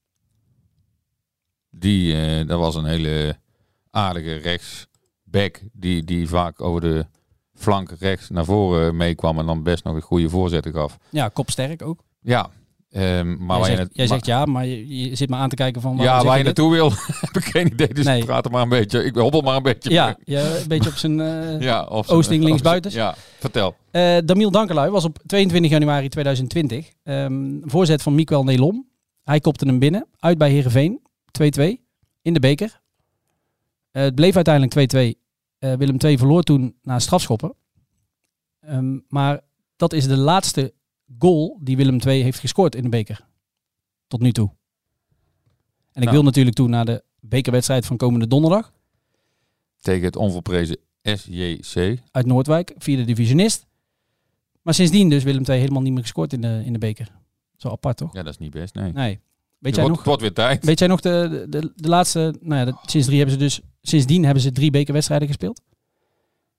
Die, uh, dat was een hele aardige rechtsback die, die vaak over de flank rechts naar voren meekwam en dan best nog een goede voorzetten gaf. Ja, kopsterk ook. Ja. Um, maar jij waar zegt, je net, jij maar, zegt ja, maar je, je zit me aan te kijken van... Ja, waar je naartoe wil, heb ik geen idee. Dus nee. praat er maar een beetje. Ik hobbel maar een beetje. Ja, ja een beetje op zijn uh, ja, Oosting linksbuiten. Ja, vertel. Uh, Damiel Dankelui was op tweeëntwintig januari tweeduizend twintig. Um, voorzet van Miguel Nelom. Hij kopte hem binnen. Uit bij Heerenveen. twee-twee. In de beker. Uh, het bleef uiteindelijk twee-twee. Uh, Willem twee verloor toen na strafschoppen. Um, maar dat is de laatste goal die Willem twee heeft gescoord in de beker. Tot nu toe. En ik nou. wil natuurlijk toe naar de bekerwedstrijd van komende donderdag. Tegen het onvolprezen S J C. Uit Noordwijk, vierde divisionist. Maar sindsdien dus Willem twee helemaal niet meer gescoord in de, in de beker. Zo apart toch? Ja, dat is niet best, nee. Nee. Weet het jij wordt, nog, het wordt weer tijd. Weet jij nog de, de, de laatste... Nou ja, de, sinds drie hebben ze dus, sindsdien hebben ze drie bekerwedstrijden gespeeld.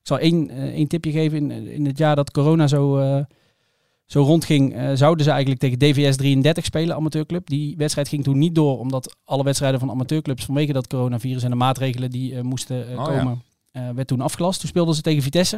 Ik zal één, uh, één tipje geven. In, in het jaar dat corona zo, uh, zo rondging, uh, zouden ze eigenlijk tegen D V S drieëndertig spelen, amateurclub. Die wedstrijd ging toen niet door, omdat alle wedstrijden van amateurclubs vanwege dat coronavirus en de maatregelen die uh, moesten uh, oh, komen, ja. uh, werd toen afgelast. Toen speelden ze tegen Vitesse.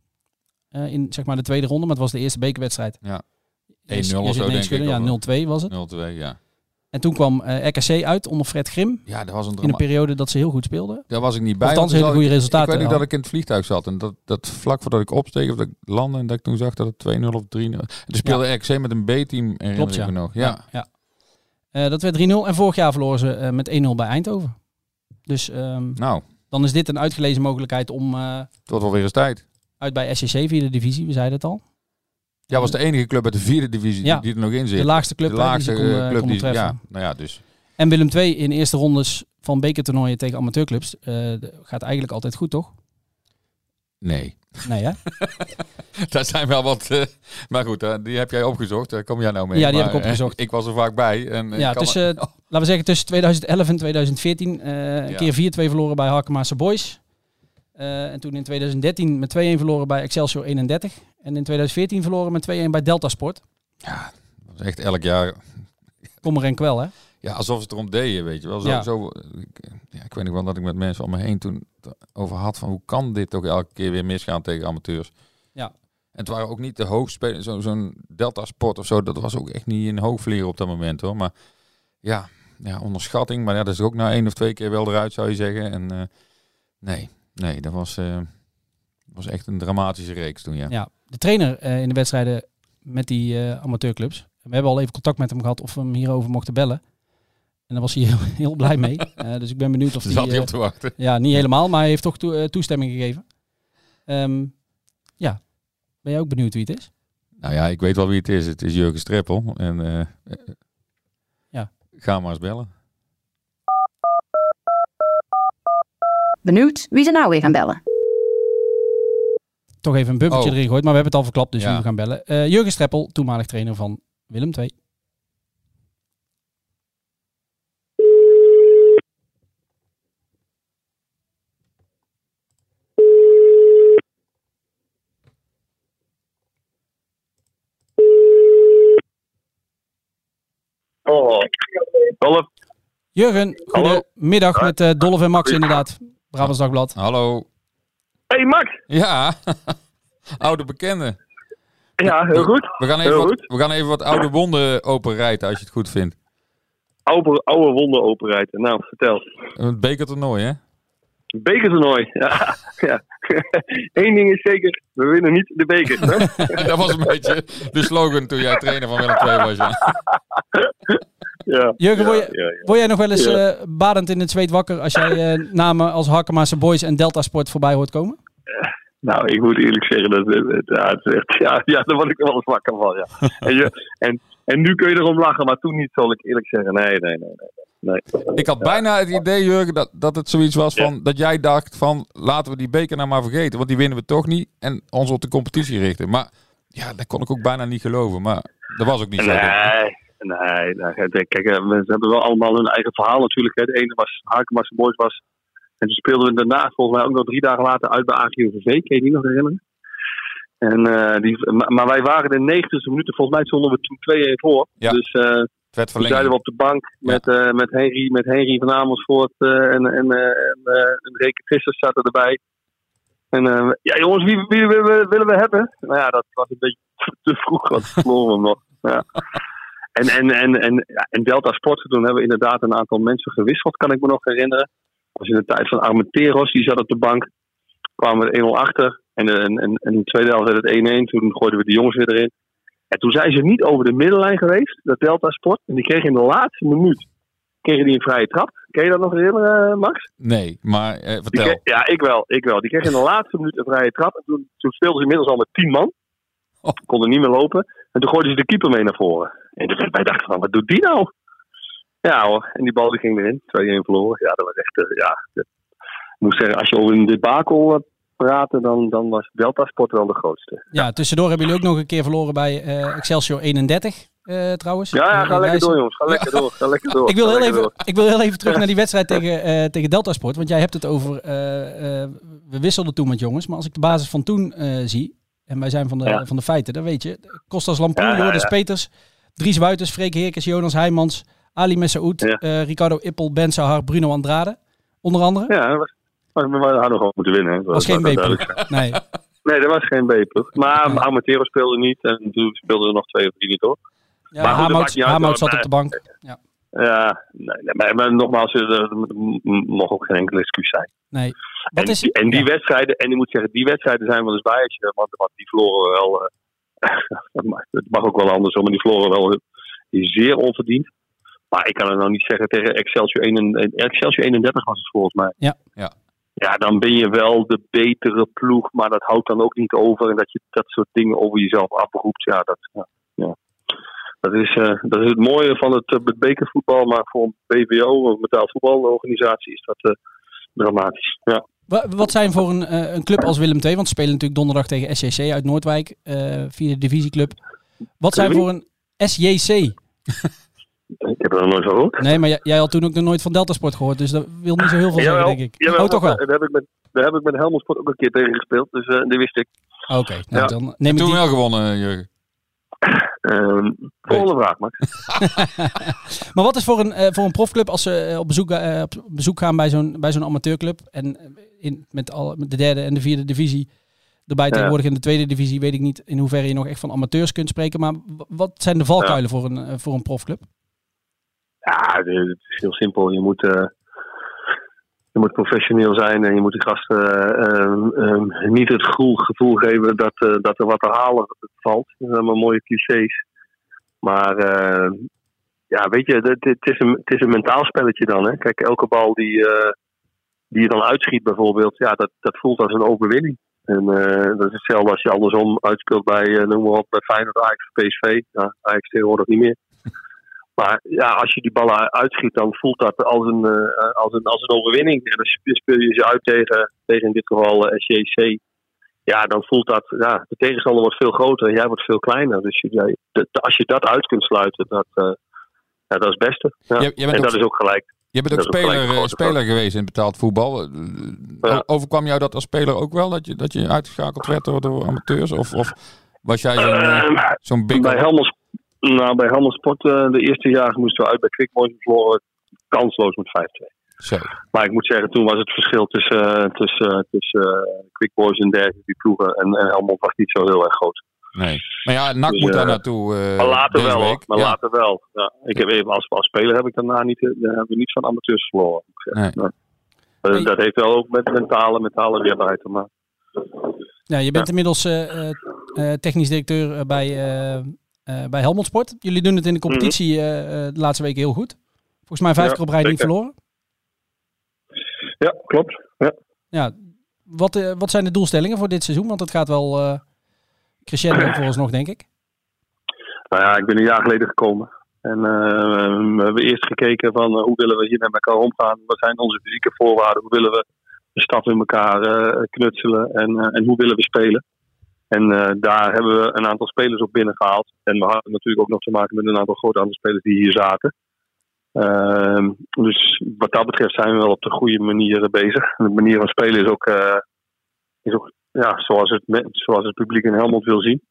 Uh, in zeg maar de tweede ronde, maar het was de eerste bekerwedstrijd. Ja. één nul of zo, denk ik. Ja, nul twee was het. nul twee, ja. En toen kwam uh, R K C uit onder Fred Grim. Ja, dat was een in een periode dat ze heel goed speelden. Daar was ik niet bij. Althans, hele goede ik, resultaten. Ik weet niet al. dat ik in het vliegtuig zat. En dat, dat vlak voordat ik opsteeg of dat ik landde en dat ik toen zag dat het twee nul of drie nul. En toen speelde ja. R K C met een B-team, Klopt, ja. ik me nog. Ja. ja, ja. Uh, dat werd drie nul. En vorig jaar verloren ze uh, met één nul bij Eindhoven. Dus um, nou. dan is dit een uitgelezen mogelijkheid om... Uh, het wordt wel weer eens tijd. Uit bij S C C, vierde divisie, we zeiden het al. Ja, was de enige club uit de vierde divisie ja, die er nog in zit. De laagste club, de laagste die ze kon, club kon die, treffen. Ja, nou ja, dus. En Willem twee in eerste rondes van bekertoernooien tegen amateurclubs. Uh, gaat eigenlijk altijd goed, toch? Nee. Nee, hè? Daar zijn wel wat... Uh, maar goed, uh, die heb jij opgezocht. Daar kom jij nou mee. Ja, die maar, heb ik opgezocht. Uh, ik was er vaak bij. En, ja, kan tussen, oh. laten we zeggen tussen tweeduizend elf en tweeduizend veertien. Uh, een ja. keer vier twee verloren bij Harkemaarse Boys. Uh, en toen in tweeduizend dertien met twee een verloren bij Excelsior eenendertig. En in tweeduizend veertien verloren met twee een bij Delta Sport. Ja, dat was echt elk jaar... Kommer en kwel, hè? Ja, alsof ze het erom deden, weet je wel. Zo, ja. zo, ik, ja, ik weet nog wel dat ik met mensen om me heen toen over had van hoe kan dit toch elke keer weer misgaan tegen amateurs. Ja. En het waren ook niet de hoogspelers, zo, zo'n Delta Sport of zo, dat was ook echt niet een hoogvlieger op dat moment hoor. Maar ja, ja onderschatting, maar ja, dat is ook na één of twee keer wel eruit zou je zeggen. En uh, nee, nee, dat was, uh, was echt een dramatische reeks toen, ja. Ja, de trainer uh, in de wedstrijden met die uh, amateurclubs. We hebben al even contact met hem gehad of we hem hierover mochten bellen. En daar was hij heel, heel blij mee. Uh, dus ik ben benieuwd of hij... Zat hij uh, op te wachten? Ja, niet helemaal, maar hij heeft toch to- uh, toestemming gegeven. Um, ja, ben jij ook benieuwd wie het is? Nou ja, ik weet wel wie het is. Het is Jurgen Streppel. En uh, ja. Ga maar eens bellen. Benieuwd wie ze nou weer gaan bellen. Toch even een bumpertje oh. erin gegooid, maar we hebben het al verklapt, dus ja. we gaan bellen. Uh, Jurgen Streppel, toenmalig trainer van Willem twee. Oh, Dolf. Jurgen, goedemiddag Hallo. met uh, Dolf en Max inderdaad. Brabants Dagblad. Hallo. Hey Max. Ja, oude bekende. Ja, heel goed. We gaan even, heel wat, goed. we gaan even wat oude wonden openrijten als je het goed vindt. Oude, oude wonden openrijden. Nou, vertel. Een bekertoernooi, hè? Bekertoernooi, ja. ja. Eén ding is zeker, we winnen niet de beker. Dat was een beetje de slogan toen jij trainer van Willem twee was, ja. ja Jurgen, ja, word, je, ja, ja. word jij nog wel eens ja. uh, badend in het zweet wakker als jij uh, namen als Harkemaarse Boys en Delta Sport voorbij hoort komen? Nou, ik moet eerlijk zeggen, dat, ja, het is echt, ja, ja, daar word ik wel eens wakker van, ja. En, je, en, en nu kun je erom lachen, maar toen niet, zal ik eerlijk zeggen. Nee, nee, nee, nee. nee. Ik had bijna het idee, Jurgen, dat, dat het zoiets was van, ja. dat jij dacht van, laten we die beker nou maar vergeten, want die winnen we toch niet en ons op de competitie richten. Maar ja, dat kon ik ook bijna niet geloven, maar dat was ook niet nee, zo. Nee, nee. Kijk, we hebben wel allemaal hun eigen verhaal natuurlijk. Hè. De ene was Harkemaarse Boys was. En toen speelden we daarna volgens mij ook nog drie dagen later uit bij A G O V V. Kun je die nog herinneren? En, uh, die, maar, maar wij waren de negentigste minuten. Volgens mij stonden we toen twee een voor. Ja. Dus uh, toen zeiden we op de bank met, ja. uh, met, Henry, met Henry van Amersfoort uh, en, en, uh, en, uh, en Reke Vissers zaten erbij. En uh, ja jongens, wie, wie, wie, wie willen we hebben? Nou ja, dat was een beetje te vroeg. Dat verloren we nog. Ja. En, en, en, en, ja, en Delta Sport, toen hebben we inderdaad een aantal mensen gewisseld, kan ik me nog herinneren. Dat was in de tijd van Armenteros, die zat op de bank. Kwamen we één nul achter. En, en, en, en in de tweede helft werd het één een. Toen gooiden we de jongens weer erin. En toen zijn ze niet over de middenlijn geweest, dat Delta Sport. En die kregen in de laatste minuut kregen die een vrije trap. Kun je dat nog herinneren, Max? Nee, maar eh, vertel. Kreeg, ja, ik wel, ik wel. Die kregen in de laatste minuut een vrije trap. En toen, toen speelden ze inmiddels al met tien man. Oh. Konden niet meer lopen. En toen gooiden ze de keeper mee naar voren. En toen wij dachten van, wat doet die nou? Ja hoor, en die bal die ging erin. twee een verloren. Ja, dat was echt, uh, ja. Ik moet zeggen, als je over een debakel uh, praten, dan, dan was Delta Sport wel de grootste. Ja, tussendoor hebben jullie ook nog een keer verloren bij uh, Excelsior eenendertig. uh, trouwens. Ja, ja ga uh, lekker door jongens. Ga lekker door. Ga lekker door. ik, wil ga heel lekker even, door. ik wil heel even terug naar die wedstrijd tegen, uh, tegen Delta Sport. Want jij hebt het over... Uh, uh, we wisselden toen met jongens. Maar als ik de basis van toen uh, zie... En wij zijn van de, ja. van de feiten, dan weet je. Kostas Lamproe, ja, ja, Joris ja. Peters, Dries Wuiters, Freek Heerkens, Jonas Heijmans, Ali Messaoud, ja. uh, Ricardo Ippel, Ben Sahar, Bruno Andrade. Onder andere. Ja, dat was, we hadden gewoon moeten winnen. Dat was geen B-ploeg. Nee. nee, dat was geen B-ploeg. Maar ja. Amatero speelde niet en toen speelden er nog twee of drie niet hoor. Ja, maar Hamout zat op de bank. Ja, ja nee, nee, maar, maar nogmaals, er mocht ook geen enkel excuus zijn. Nee. Wat en, is, die, en die ja. wedstrijden, en ik moet zeggen, die wedstrijden zijn wel eens biasje, want, want die verloren wel, uh, het mag ook wel andersom, maar die verloren wel zeer onverdiend. Maar ik kan het nou niet zeggen tegen Excelsior, Excelsior eenendertig was het volgens mij. Ja. Ja. Ja, dan ben je wel de betere ploeg, maar dat houdt dan ook niet over. En dat je dat soort dingen over jezelf afroept, ja, dat, ja, ja. Dat, is, uh, dat is het mooie van het, uh, het bekervoetbal, maar voor een B V O, een betaald voetbalorganisatie, is dat uh, dramatisch. Ja. Wat zijn voor een, uh, een club als Willem twee, want ze spelen natuurlijk donderdag tegen S J C uit Noordwijk, uh, vierde divisieclub. Wat zijn voor een S J C? Ik heb er nog nooit van gehoord. Nee, maar jij, jij had toen ook nog nooit van Delta Sport gehoord, dus dat wil niet zo heel veel jawel, zeggen, denk ik. Jawel, oh, toch wel? Daar heb ik met, daar heb ik met Helmond Sport ook een keer tegen gespeeld, dus uh, die wist ik. Oké, okay, nou, ja. dan neem ik toen die... wel gewonnen, Jurgen. Uh, volgende vraag, Max. Maar wat is voor een, uh, voor een profclub als ze uh, op, bezoek, uh, op bezoek gaan bij zo'n, bij zo'n amateurclub en in, met, al, met de derde en de vierde divisie erbij ja. tegenwoordig in de tweede divisie, weet ik niet in hoeverre je nog echt van amateurs kunt spreken, maar wat zijn de valkuilen ja. voor, een, uh, voor een profclub? Ja, het is heel simpel. Je moet, uh, je moet professioneel zijn en je moet de gasten uh, uh, niet het gevoel geven dat, uh, dat er wat te halen valt. Dat zijn allemaal mooie clichés. Maar uh, ja, weet je, het, het, is een, het is een mentaal spelletje dan. Hè? Kijk, elke bal die, uh, die je dan uitschiet bijvoorbeeld, ja, dat, dat voelt als een overwinning. En uh, dat is hetzelfde als je andersom uitspeelt bij, uh, noem maar op, bij Feyenoord, Ajax, P S V. Ja, Ajax tegenwoordig niet meer. Maar ja, als je die ballen uitschiet, dan voelt dat als een, uh, als een, als een overwinning. En dan speel je ze uit tegen, tegen in dit geval uh, S J C. Ja, dan voelt dat, ja, de tegenstander wordt veel groter en jij wordt veel kleiner. Dus ja, de, de, als je dat uit kunt sluiten, dat, uh, ja, dat is het beste. Ja. Je, je bent en ook, dat is ook gelijk. Je bent ook speler, ook speler geweest in betaald voetbal. Ja. Overkwam jou dat als speler ook wel, dat je, dat je uitgeschakeld werd door, door amateurs? Of, of was jij zo'n, uh, zo'n big... Bij Helmond Nou, bij Helmond Sport, uh, de eerste jaren moesten we uit bij Quick Boys verloren kansloos met vijf twee. Zo. Maar ik moet zeggen, toen was het verschil tussen, uh, tussen, uh, tussen uh, Quick Boys en dergelijke die ploegen en, en Helmond was niet zo heel erg groot. Nee. Maar ja, N A C dus, moet uh, daar naartoe. Uh, maar later wel, week. maar ja. later wel. Ja, ik heb even als, als speler heb ik daarna niet, uh, hebben we niet van amateurs verloren. Nee. Ja. Uh, nee. Dat heeft wel ook met mentale, mentale weerbaarheid te maken. Ja, je bent ja. inmiddels uh, uh, technisch directeur bij. Uh, Uh, bij Helmond Sport. Jullie doen het in de competitie uh, uh, de laatste weken heel goed. Volgens mij vijf ja, keer op rij niet verloren. Ja, klopt. Ja. Ja, wat, uh, wat zijn de doelstellingen voor dit seizoen? Want het gaat wel uh, crescendo vooralsnog, denk ik. Nou ja, ik ben een jaar geleden gekomen. En uh, we hebben eerst gekeken van uh, hoe willen we hier met elkaar omgaan. Wat zijn onze fysieke voorwaarden? Hoe willen we de staf in elkaar uh, knutselen? En, uh, en hoe willen we spelen? En uh, daar hebben we een aantal spelers op binnengehaald. En we hadden natuurlijk ook nog te maken met een aantal grote aantal spelers die hier zaten. Uh, dus wat dat betreft zijn we wel op de goede manier bezig. En de manier van spelen is ook, uh, is ook ja, zoals, het, zoals het publiek in Helmond wil zien.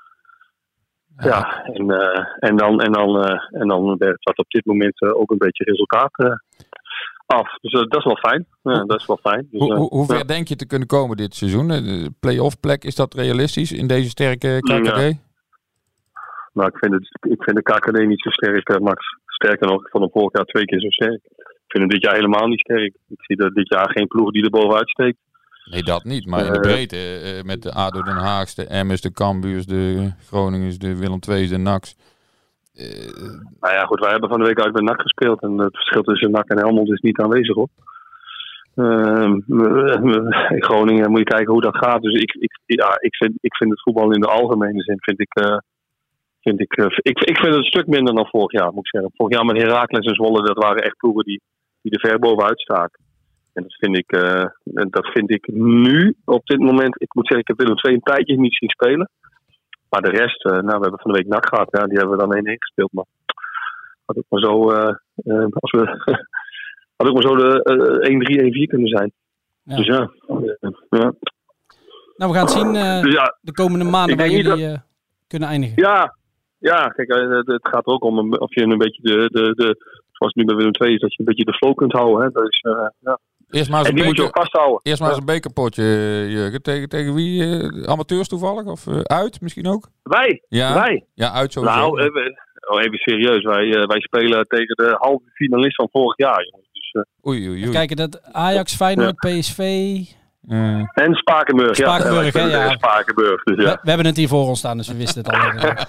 Ja, ja en, uh, en dan, en dan, uh, en dan werkt dat op dit moment uh, ook een beetje resultaat uh, af. Dus uh, dat is wel fijn. Ja, dat is wel fijn. Dus, hoe, hoe, hoe ver ja. denk je te kunnen komen dit seizoen? De play-off plek, is dat realistisch in deze sterke K K D? Ja. Nou, ik vind, het, ik vind de K K D niet zo sterk, Max. Sterker nog, ik vond hem vorig jaar twee keer zo sterk. Ik vind hem dit jaar helemaal niet sterk. Ik zie er dit jaar geen ploeg die er bovenuit steekt. Nee, dat niet. Maar in de breedte, uh, met de A D O Den Haag, de Emmers, de Cambuurs, de Groningers, de Willem twee's, de N A C's. Uh, nou ja, goed, wij hebben van de week uit bij N A C gespeeld. En het verschil tussen N A C en Helmond is niet aanwezig, hoor. Uh, in Groningen moet je kijken hoe dat gaat. Dus ik, ik, ja, ik, vind, ik vind het voetbal in de algemene zin, vind ik... Uh, Vind ik, uh, ik, ik vind het een stuk minder dan vorig jaar, moet ik zeggen. Vorig jaar met Heracles en Zwolle, dat waren echt ploegen die, die er ver bovenuit staken. En dat vind ik, uh, dat vind ik nu, op dit moment, ik moet zeggen, ik heb Willem twee een tijdje niet zien spelen. Maar de rest, uh, nou, we hebben van de week N A C gehad. Ja, die hebben we dan één één gespeeld. Maar had ook maar zo, uh, uh, als we, had ook maar zo de uh, één drie, één vier kunnen zijn. Ja. Dus ja. Uh, ja. Nou, we gaan het zien uh, dus ja, de komende maanden waar jullie dat... uh, kunnen eindigen. Ja, ja kijk, uh, het gaat er ook om of je een beetje de, de, de zoals het nu bij Willem twee is, dat je een beetje de flow kunt houden. Hè. Dus, uh, ja. Eerst maar eens en die een beker, moet je ook vasthouden. Eerst maar eens ja. een bekerpotje, Jurgen. Tegen, tegen wie? Uh, amateurs toevallig? Of uh, uit misschien ook? Wij. Ja, wij. Ja, uit sowieso. Nou, uh, oh, even serieus. Wij, uh, wij spelen tegen de halve finalist van vorig jaar, jongens. Dus, uh, oei, oei, oei. Kijken, dat Ajax, Feyenoord, ja. P S V... Uh, en Spakenburg. Spakenburg, ja. hè, ja. Spakenburg, dus, ja. We, we hebben het hier voor ons staan, dus we wisten het al.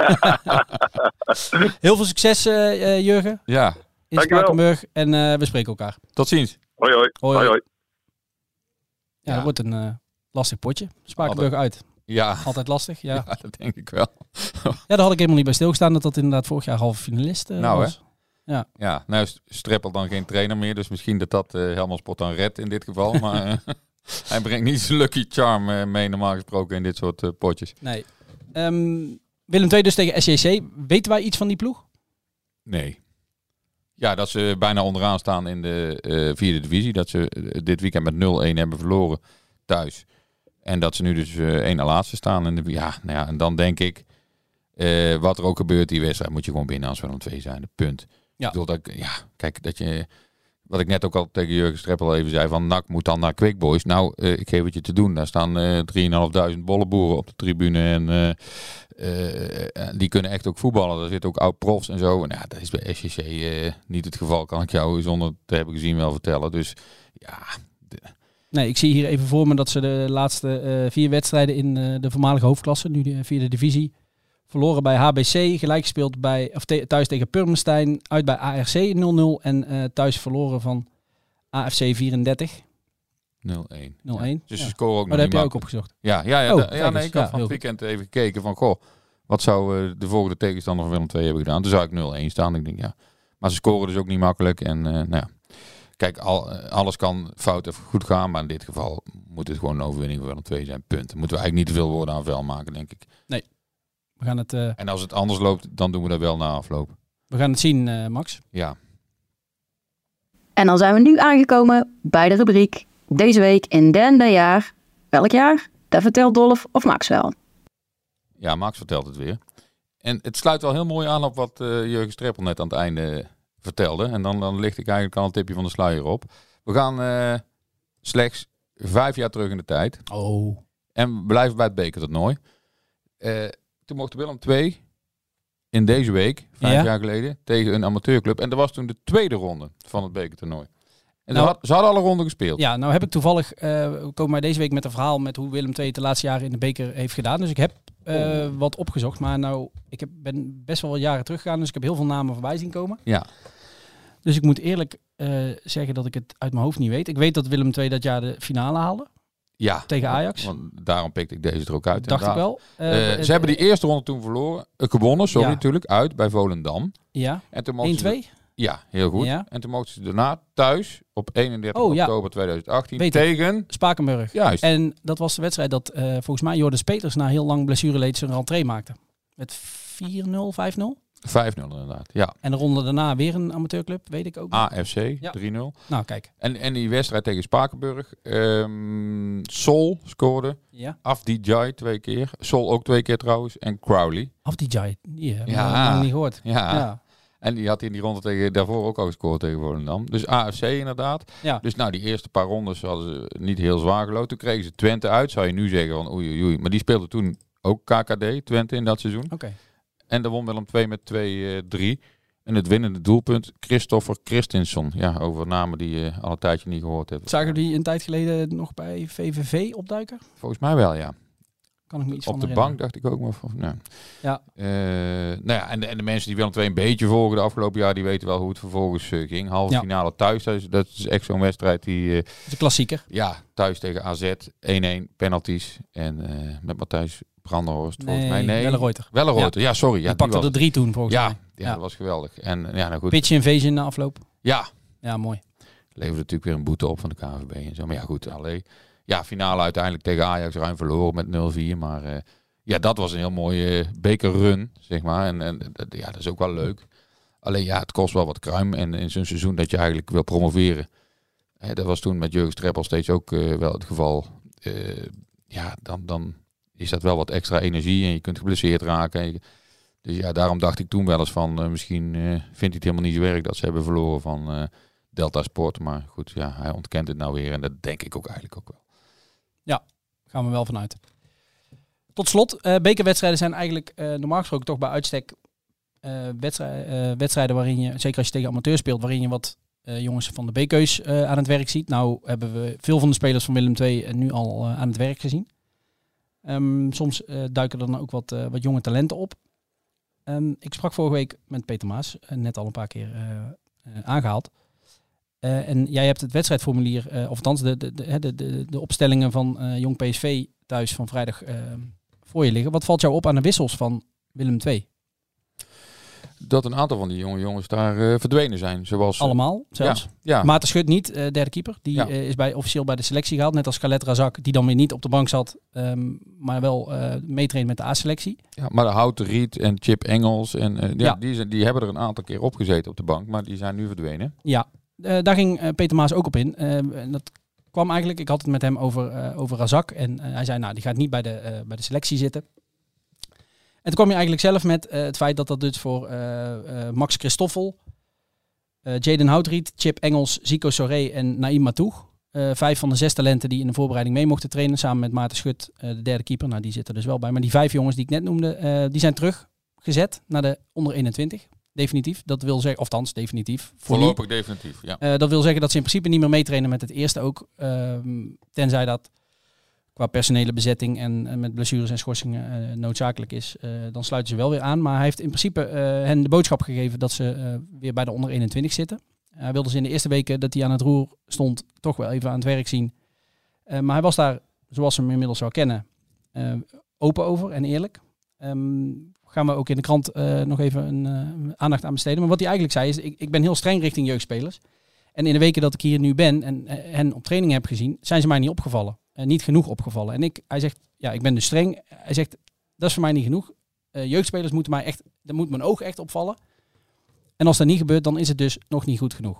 Heel veel succes, uh, Jurgen. Ja. In Spakenburg. En uh, we spreken elkaar. Tot ziens. Hoi, hoi. hoi, hoi, hoi. Ja, dat wordt een uh, lastig potje. Spakenburg uit. Ja. Altijd lastig, ja. Ja, dat denk ik wel. Ja, daar had ik helemaal niet bij stilgestaan dat dat inderdaad vorig jaar halve finalist uh, nou, was. Hè? Ja. Ja, nou is Streppel dan geen trainer meer, dus misschien dat dat uh, Helmond Sport dan redt in dit geval. Maar uh, hij brengt niet zijn lucky charm uh, mee normaal gesproken in dit soort uh, potjes. Nee. Um, Willem twee dus tegen S J C. Weten wij iets van die ploeg? Nee. Ja, dat ze bijna onderaan staan in de uh, vierde divisie. Dat ze uh, dit weekend met nul één hebben verloren thuis. En dat ze nu dus uh, één na laatste staan. In de, ja, nou ja, en dan denk ik, uh, wat er ook gebeurt, die wedstrijd moet je gewoon winnen als we dan twee zijn. Punt. Ja. Ik bedoel dat, ja, kijk, dat je, wat ik net ook al tegen Jurgen Streppel even zei, van N A C moet dan naar Quick Boys. Nou, uh, ik geef het je te doen. Daar staan uh, drieduizend bolleboeren op de tribune en uh, uh, die kunnen echt ook voetballen. Daar zitten ook oud-profs en zo. En ja, dat is bij S J C uh, niet het geval, kan ik jou zonder te hebben gezien wel vertellen. Dus ja... De... Nee, ik zie hier even voor me dat ze de laatste uh, vier wedstrijden in uh, de voormalige hoofdklasse, nu de vierde divisie, verloren bij H B C, gelijk gespeeld bij, of te, thuis tegen Purmerstein, uit bij A R C nul nul en uh, thuis verloren van A F C vierendertig. nul één. nul één. Ja. Dus ja. ze scoren ook maar nog dat heb niet je ook opgezocht. Ja, ja, ja, oh, da, ja nee, ik had ja, van het weekend even gekeken van, goh, wat zou uh, de volgende tegenstander van Willem twee hebben gedaan? Toen zou ik nul één staan. Ik denk, ja. Maar ze scoren dus ook niet makkelijk. En uh, nou ja, kijk, al, alles kan fout of goed gaan, maar in dit geval moet het gewoon een overwinning voor Willem twee zijn. Punt. Moeten we eigenlijk niet te veel woorden aan vuil maken, denk ik. Nee. We gaan het, uh... En als het anders loopt, dan doen we dat wel na afloop. We gaan het zien, uh, Max. Ja. En dan zijn we nu aangekomen bij de rubriek Deze week in derde jaar. Welk jaar? Dat vertelt Dolf of Max wel. Ja, Max vertelt het weer. En het sluit wel heel mooi aan op wat uh, Jurgen Streppel net aan het einde vertelde. En dan, dan licht ik eigenlijk al een tipje van de sluier op. We gaan uh, slechts vijf jaar terug in de tijd. Oh. En we blijven bij het bekertoernooi. Uh, toen mocht Willem twee in deze week, vijf ja. jaar geleden, tegen een amateurclub. En dat was toen de tweede ronde van het bekertoernooi. En nou, had, ze hadden alle ronden gespeeld. Ja, nou heb ik toevallig, uh, we komen maar deze week met een verhaal met hoe Willem twee het de laatste jaren in de beker heeft gedaan. Dus ik heb uh, oh. wat opgezocht. Maar nou, ik heb, ben best wel wat jaren teruggegaan, dus ik heb heel veel namen voorbij zien komen. Ja. Dus ik moet eerlijk uh, zeggen dat ik het uit mijn hoofd niet weet. Ik weet dat Willem twee dat jaar de finale haalde. Ja. Tegen Ajax. Want daarom pikte ik deze er ook uit. Dacht inderdaad. ik wel. Uh, uh, ze uh, hebben die eerste ronde toen verloren, uh, gewonnen, sorry ja. natuurlijk, uit bij Volendam. Ja, en toen één twee? Ze, ja, heel goed. Ja. En toen mochten ze daarna thuis op eenendertig oh, oktober ja. tweeduizend achttien weet tegen... Spakenburg. Juist. En dat was de wedstrijd dat uh, volgens mij Jordan Peters na heel lang blessureleed zijn rentree maakte. Met vier nul, vijf nul? vijf nul inderdaad, ja. En de ronde daarna weer een amateurclub, weet ik ook. A F C, ja. drie nul. Nou, kijk. En, en die wedstrijd tegen Spakenburg. Um, Sol scoorde. Ja. Afdijay twee keer. Sol ook twee keer trouwens. En Crowley. Afdijay, die hebben we ja. nog niet gehoord. Ja. ja. En die had in die ronde tegen, daarvoor ook al gescoord tegen Volendam. Dus A F C inderdaad. Ja. Dus nou, die eerste paar rondes hadden ze niet heel zwaar gelopen. Toen kregen ze Twente uit. Zou je nu zeggen van oei oei oei. Maar die speelde toen ook K K D, Twente in dat seizoen. Oké. Okay. En dan won Willem twee met twee drie. En het winnende doelpunt, Christopher Christensen. Ja, over namen die je al een tijdje niet gehoord hebt. Zagen die een tijd geleden nog bij V V V opduiken? Volgens mij wel, ja. Kan ik me iets Op van de bank dacht ik ook. Maar, of, nou. Ja. Uh, nou ja, en, en de mensen die Willem twee een beetje volgen de afgelopen jaar, die weten wel hoe het vervolgens uh, ging. Halve ja. finale thuis, dat is, dat is echt zo'n wedstrijd die... Uh, dat is een klassieker. Ja, thuis tegen A Z, één één, penalties. En uh, met Matthijs Brandenhorst, nee, volgens mij. Nee, Wellenreuter. Wellenreuter, ja. ja, sorry. Ja, die pakte er drie toen, volgens ja, mij. Ja, ja, dat was geweldig. En, ja, nou goed. Pitch invasion na afloop. Ja. Ja, mooi. Leverde natuurlijk weer een boete op van de K V B en zo. Maar ja, goed, alleen. Ja, finale uiteindelijk tegen Ajax ruim verloren met nul vier. Maar uh, ja, dat was een heel mooie bekerrun, zeg maar. En, en ja, dat is ook wel leuk. Alleen ja, het kost wel wat kruim. En in zo'n seizoen dat je eigenlijk wil promoveren. Hè, dat was toen met Jurgen Streppel steeds ook uh, wel het geval. Uh, ja, dan, dan is dat wel wat extra energie en je kunt geblesseerd raken. En je, dus ja, daarom dacht ik toen wel eens van, uh, misschien uh, vindt hij het helemaal niet zo erg dat ze hebben verloren van uh, Delta Sport. Maar goed, ja, hij ontkent het nou weer en dat denk ik ook eigenlijk ook wel. Ja, gaan we wel vanuit. Tot slot, uh, bekerwedstrijden zijn eigenlijk uh, normaal gesproken toch bij uitstek uh, wedstrij- uh, wedstrijden waarin je, zeker als je tegen amateur speelt, waarin je wat uh, jongens van de B-keus uh, aan het werk ziet. Nou hebben we veel van de spelers van Willem twee uh, nu al uh, aan het werk gezien. Um, soms uh, duiken er dan ook wat, uh, wat jonge talenten op. Um, ik sprak vorige week met Peter Maas, uh, net al een paar keer uh, uh, aangehaald. Uh, en jij hebt het wedstrijdformulier, uh, of althans de, de, de, de, de, de opstellingen van uh, Jong P S V thuis van vrijdag uh, voor je liggen. Wat valt jou op aan de wissels van Willem twee? Dat een aantal van die jonge jongens daar uh, verdwenen zijn. Zoals, Allemaal zelfs? Ja, ja. Maarten Schut niet, uh, derde keeper. Die ja. uh, is bij, officieel bij de selectie gehaald. Net als Khaled Razak, die dan weer niet op de bank zat. Um, maar wel uh, meetraint met de A-selectie. Ja, maar de Houten Riet en Chip Engels. En, uh, ja, ja. Die, zijn, die hebben er een aantal keer opgezeten op de bank. Maar die zijn nu verdwenen. Ja, uh, daar ging uh, Peter Maas ook op in. Uh, en dat kwam eigenlijk, ik had het met hem over, uh, over Razak. En uh, hij zei, nou, die gaat niet bij de, uh, bij de selectie zitten. En toen kwam je eigenlijk zelf met uh, het feit dat dat dus voor uh, uh, Max Christoffel, uh, Jaden Houtriet, Chip Engels, Zico Soré en Naïm Matoug. Uh, vijf van de zes talenten die in de voorbereiding mee mochten trainen. Samen met Maarten Schut, uh, de derde keeper. Nou, die zit er dus wel bij. Maar die vijf jongens die ik net noemde, uh, die zijn teruggezet naar de onder eenentwintig. Definitief. Dat wil zeggen, of thans definitief. Voorlopig definitief, ja. Uh, dat wil zeggen dat ze in principe niet meer meetrainen met het eerste ook. Uh, tenzij dat qua personele bezetting en, en met blessures en schorsingen uh, noodzakelijk is, uh, dan sluiten ze wel weer aan. Maar hij heeft in principe uh, hen de boodschap gegeven dat ze uh, weer bij de onder eenentwintig zitten. Uh, hij wilde ze in de eerste weken dat hij aan het roer stond toch wel even aan het werk zien. Uh, maar hij was daar, zoals ze hem inmiddels wel kennen, uh, open over en eerlijk. Um, gaan we ook in de krant uh, nog even een uh, aandacht aan besteden. Maar wat hij eigenlijk zei is, ik, ik ben heel streng richting jeugdspelers. En in de weken dat ik hier nu ben en uh, hen op training heb gezien, zijn ze mij niet opgevallen. Uh, niet genoeg opgevallen. En ik, hij zegt, ja, ik ben dus streng. Hij zegt, dat is voor mij niet genoeg. Uh, jeugdspelers moeten mij echt, daar moet mijn oog echt opvallen. En als dat niet gebeurt, dan is het dus nog niet goed genoeg.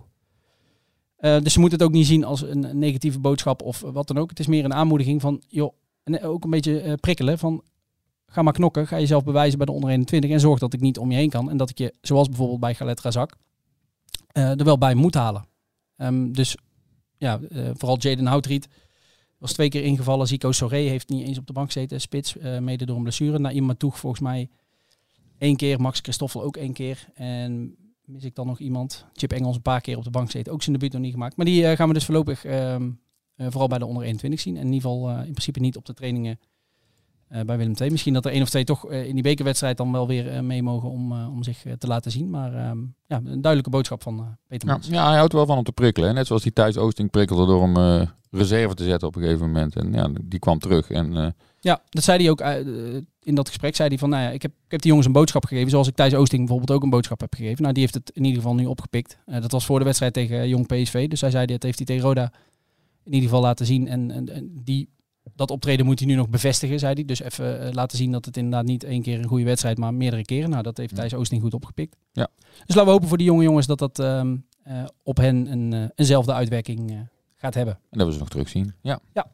Uh, dus ze moeten het ook niet zien als een negatieve boodschap of wat dan ook. Het is meer een aanmoediging van, joh, en ook een beetje uh, prikkelen van, ga maar knokken, ga jezelf bewijzen bij de onder eenentwintig en zorg dat ik niet om je heen kan. En dat ik je, zoals bijvoorbeeld bij Khaled Razak, uh, er wel bij moet halen. Um, dus ja, uh, vooral Jaden Houtriet was twee keer ingevallen. Zico Soré heeft niet eens op de bank gezeten. Spits, uh, mede door een blessure. Naïm Matoug volgens mij één keer. Max Christoffel ook één keer. En mis ik dan nog iemand? Chip Engels een paar keer op de bank gezeten. Ook zijn debuut nog niet gemaakt. Maar die uh, gaan we dus voorlopig uh, uh, vooral bij de onder eenentwintig zien. En in ieder geval uh, in principe niet op de trainingen uh, bij Willem twee. Misschien dat er één of twee toch uh, in die bekerwedstrijd dan wel weer uh, mee mogen om, uh, om zich uh, te laten zien. Maar uh, ja, een duidelijke boodschap van uh, Peter Maas. Ja, ja, hij houdt er wel van om te prikkelen. Hè? Net zoals die Thijs Oosting prikkelde door hem uh, reserve te zetten op een gegeven moment. En ja, die kwam terug. En, uh... Ja, dat zei hij ook uh, in dat gesprek. Zei hij van, nou ja, ik heb, ik heb die jongens een boodschap gegeven. Zoals ik Thijs Oosting bijvoorbeeld ook een boodschap heb gegeven. Nou, die heeft het in ieder geval nu opgepikt. Uh, dat was voor de wedstrijd tegen Jong P S V. Dus hij zei, dat heeft hij tegen Roda in ieder geval laten zien. En, en, en die, dat optreden moet hij nu nog bevestigen, zei hij. Dus even uh, laten zien dat het inderdaad niet één keer een goede wedstrijd, maar meerdere keren. Nou, dat heeft Thijs Oosting goed opgepikt. Ja. Dus laten we hopen voor die jonge jongens dat dat um, uh, op hen een, uh, eenzelfde uitwerking uh, gaat hebben. En dat we ze nog terugzien. Ja. Ja.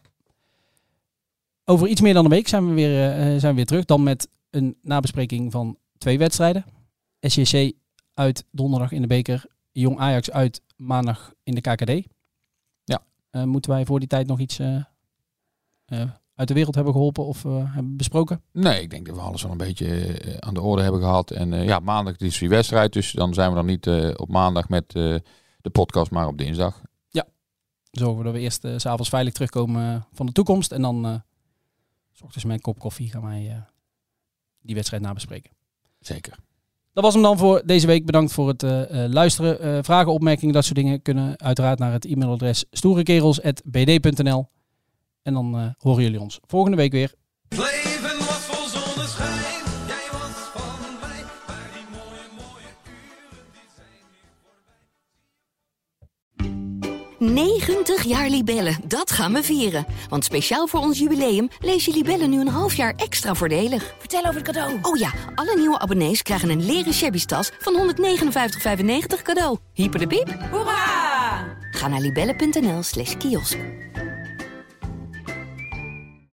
Over iets meer dan een week zijn we weer, uh, zijn we weer terug. Dan met een nabespreking van twee wedstrijden. S J C uit donderdag in de beker. Jong Ajax uit maandag in de K K D. Ja. Uh, moeten wij voor die tijd nog iets uh, uh, uit de wereld hebben geholpen of uh, hebben besproken? Nee, ik denk dat we alles wel een beetje uh, aan de orde hebben gehad. En uh, ja, maandag is die wedstrijd. Dus dan zijn we dan niet uh, op maandag met uh, de podcast, maar op dinsdag. Ja. Zorgen dat we eerst uh, 's avonds veilig terugkomen uh, van de toekomst. En dan uh, 's ochtends met een kop koffie gaan wij uh, die wedstrijd nabespreken. Zeker. Dat was hem dan voor deze week. Bedankt voor het uh, uh, luisteren. Uh, vragen, opmerkingen, dat soort dingen kunnen uiteraard naar het e-mailadres stoerekerels apenstaartje b d punt n l. En dan uh, horen jullie ons volgende week weer. Leven was vol zonneschijn, jij was van mij, maar die mooie, mooie uren die zijn nu voorbij. negentig vijftig jaar Libellen, dat gaan we vieren. Want speciaal voor ons jubileum lees je Libellen nu een half jaar extra voordelig. Vertel over het cadeau. Oh ja, alle nieuwe abonnees krijgen een leren shabby tas van honderdnegenenvijftig vijfennegentig cadeau. Hyper de piep. Hoera! Ga naar libellen punt n l slash kiosk.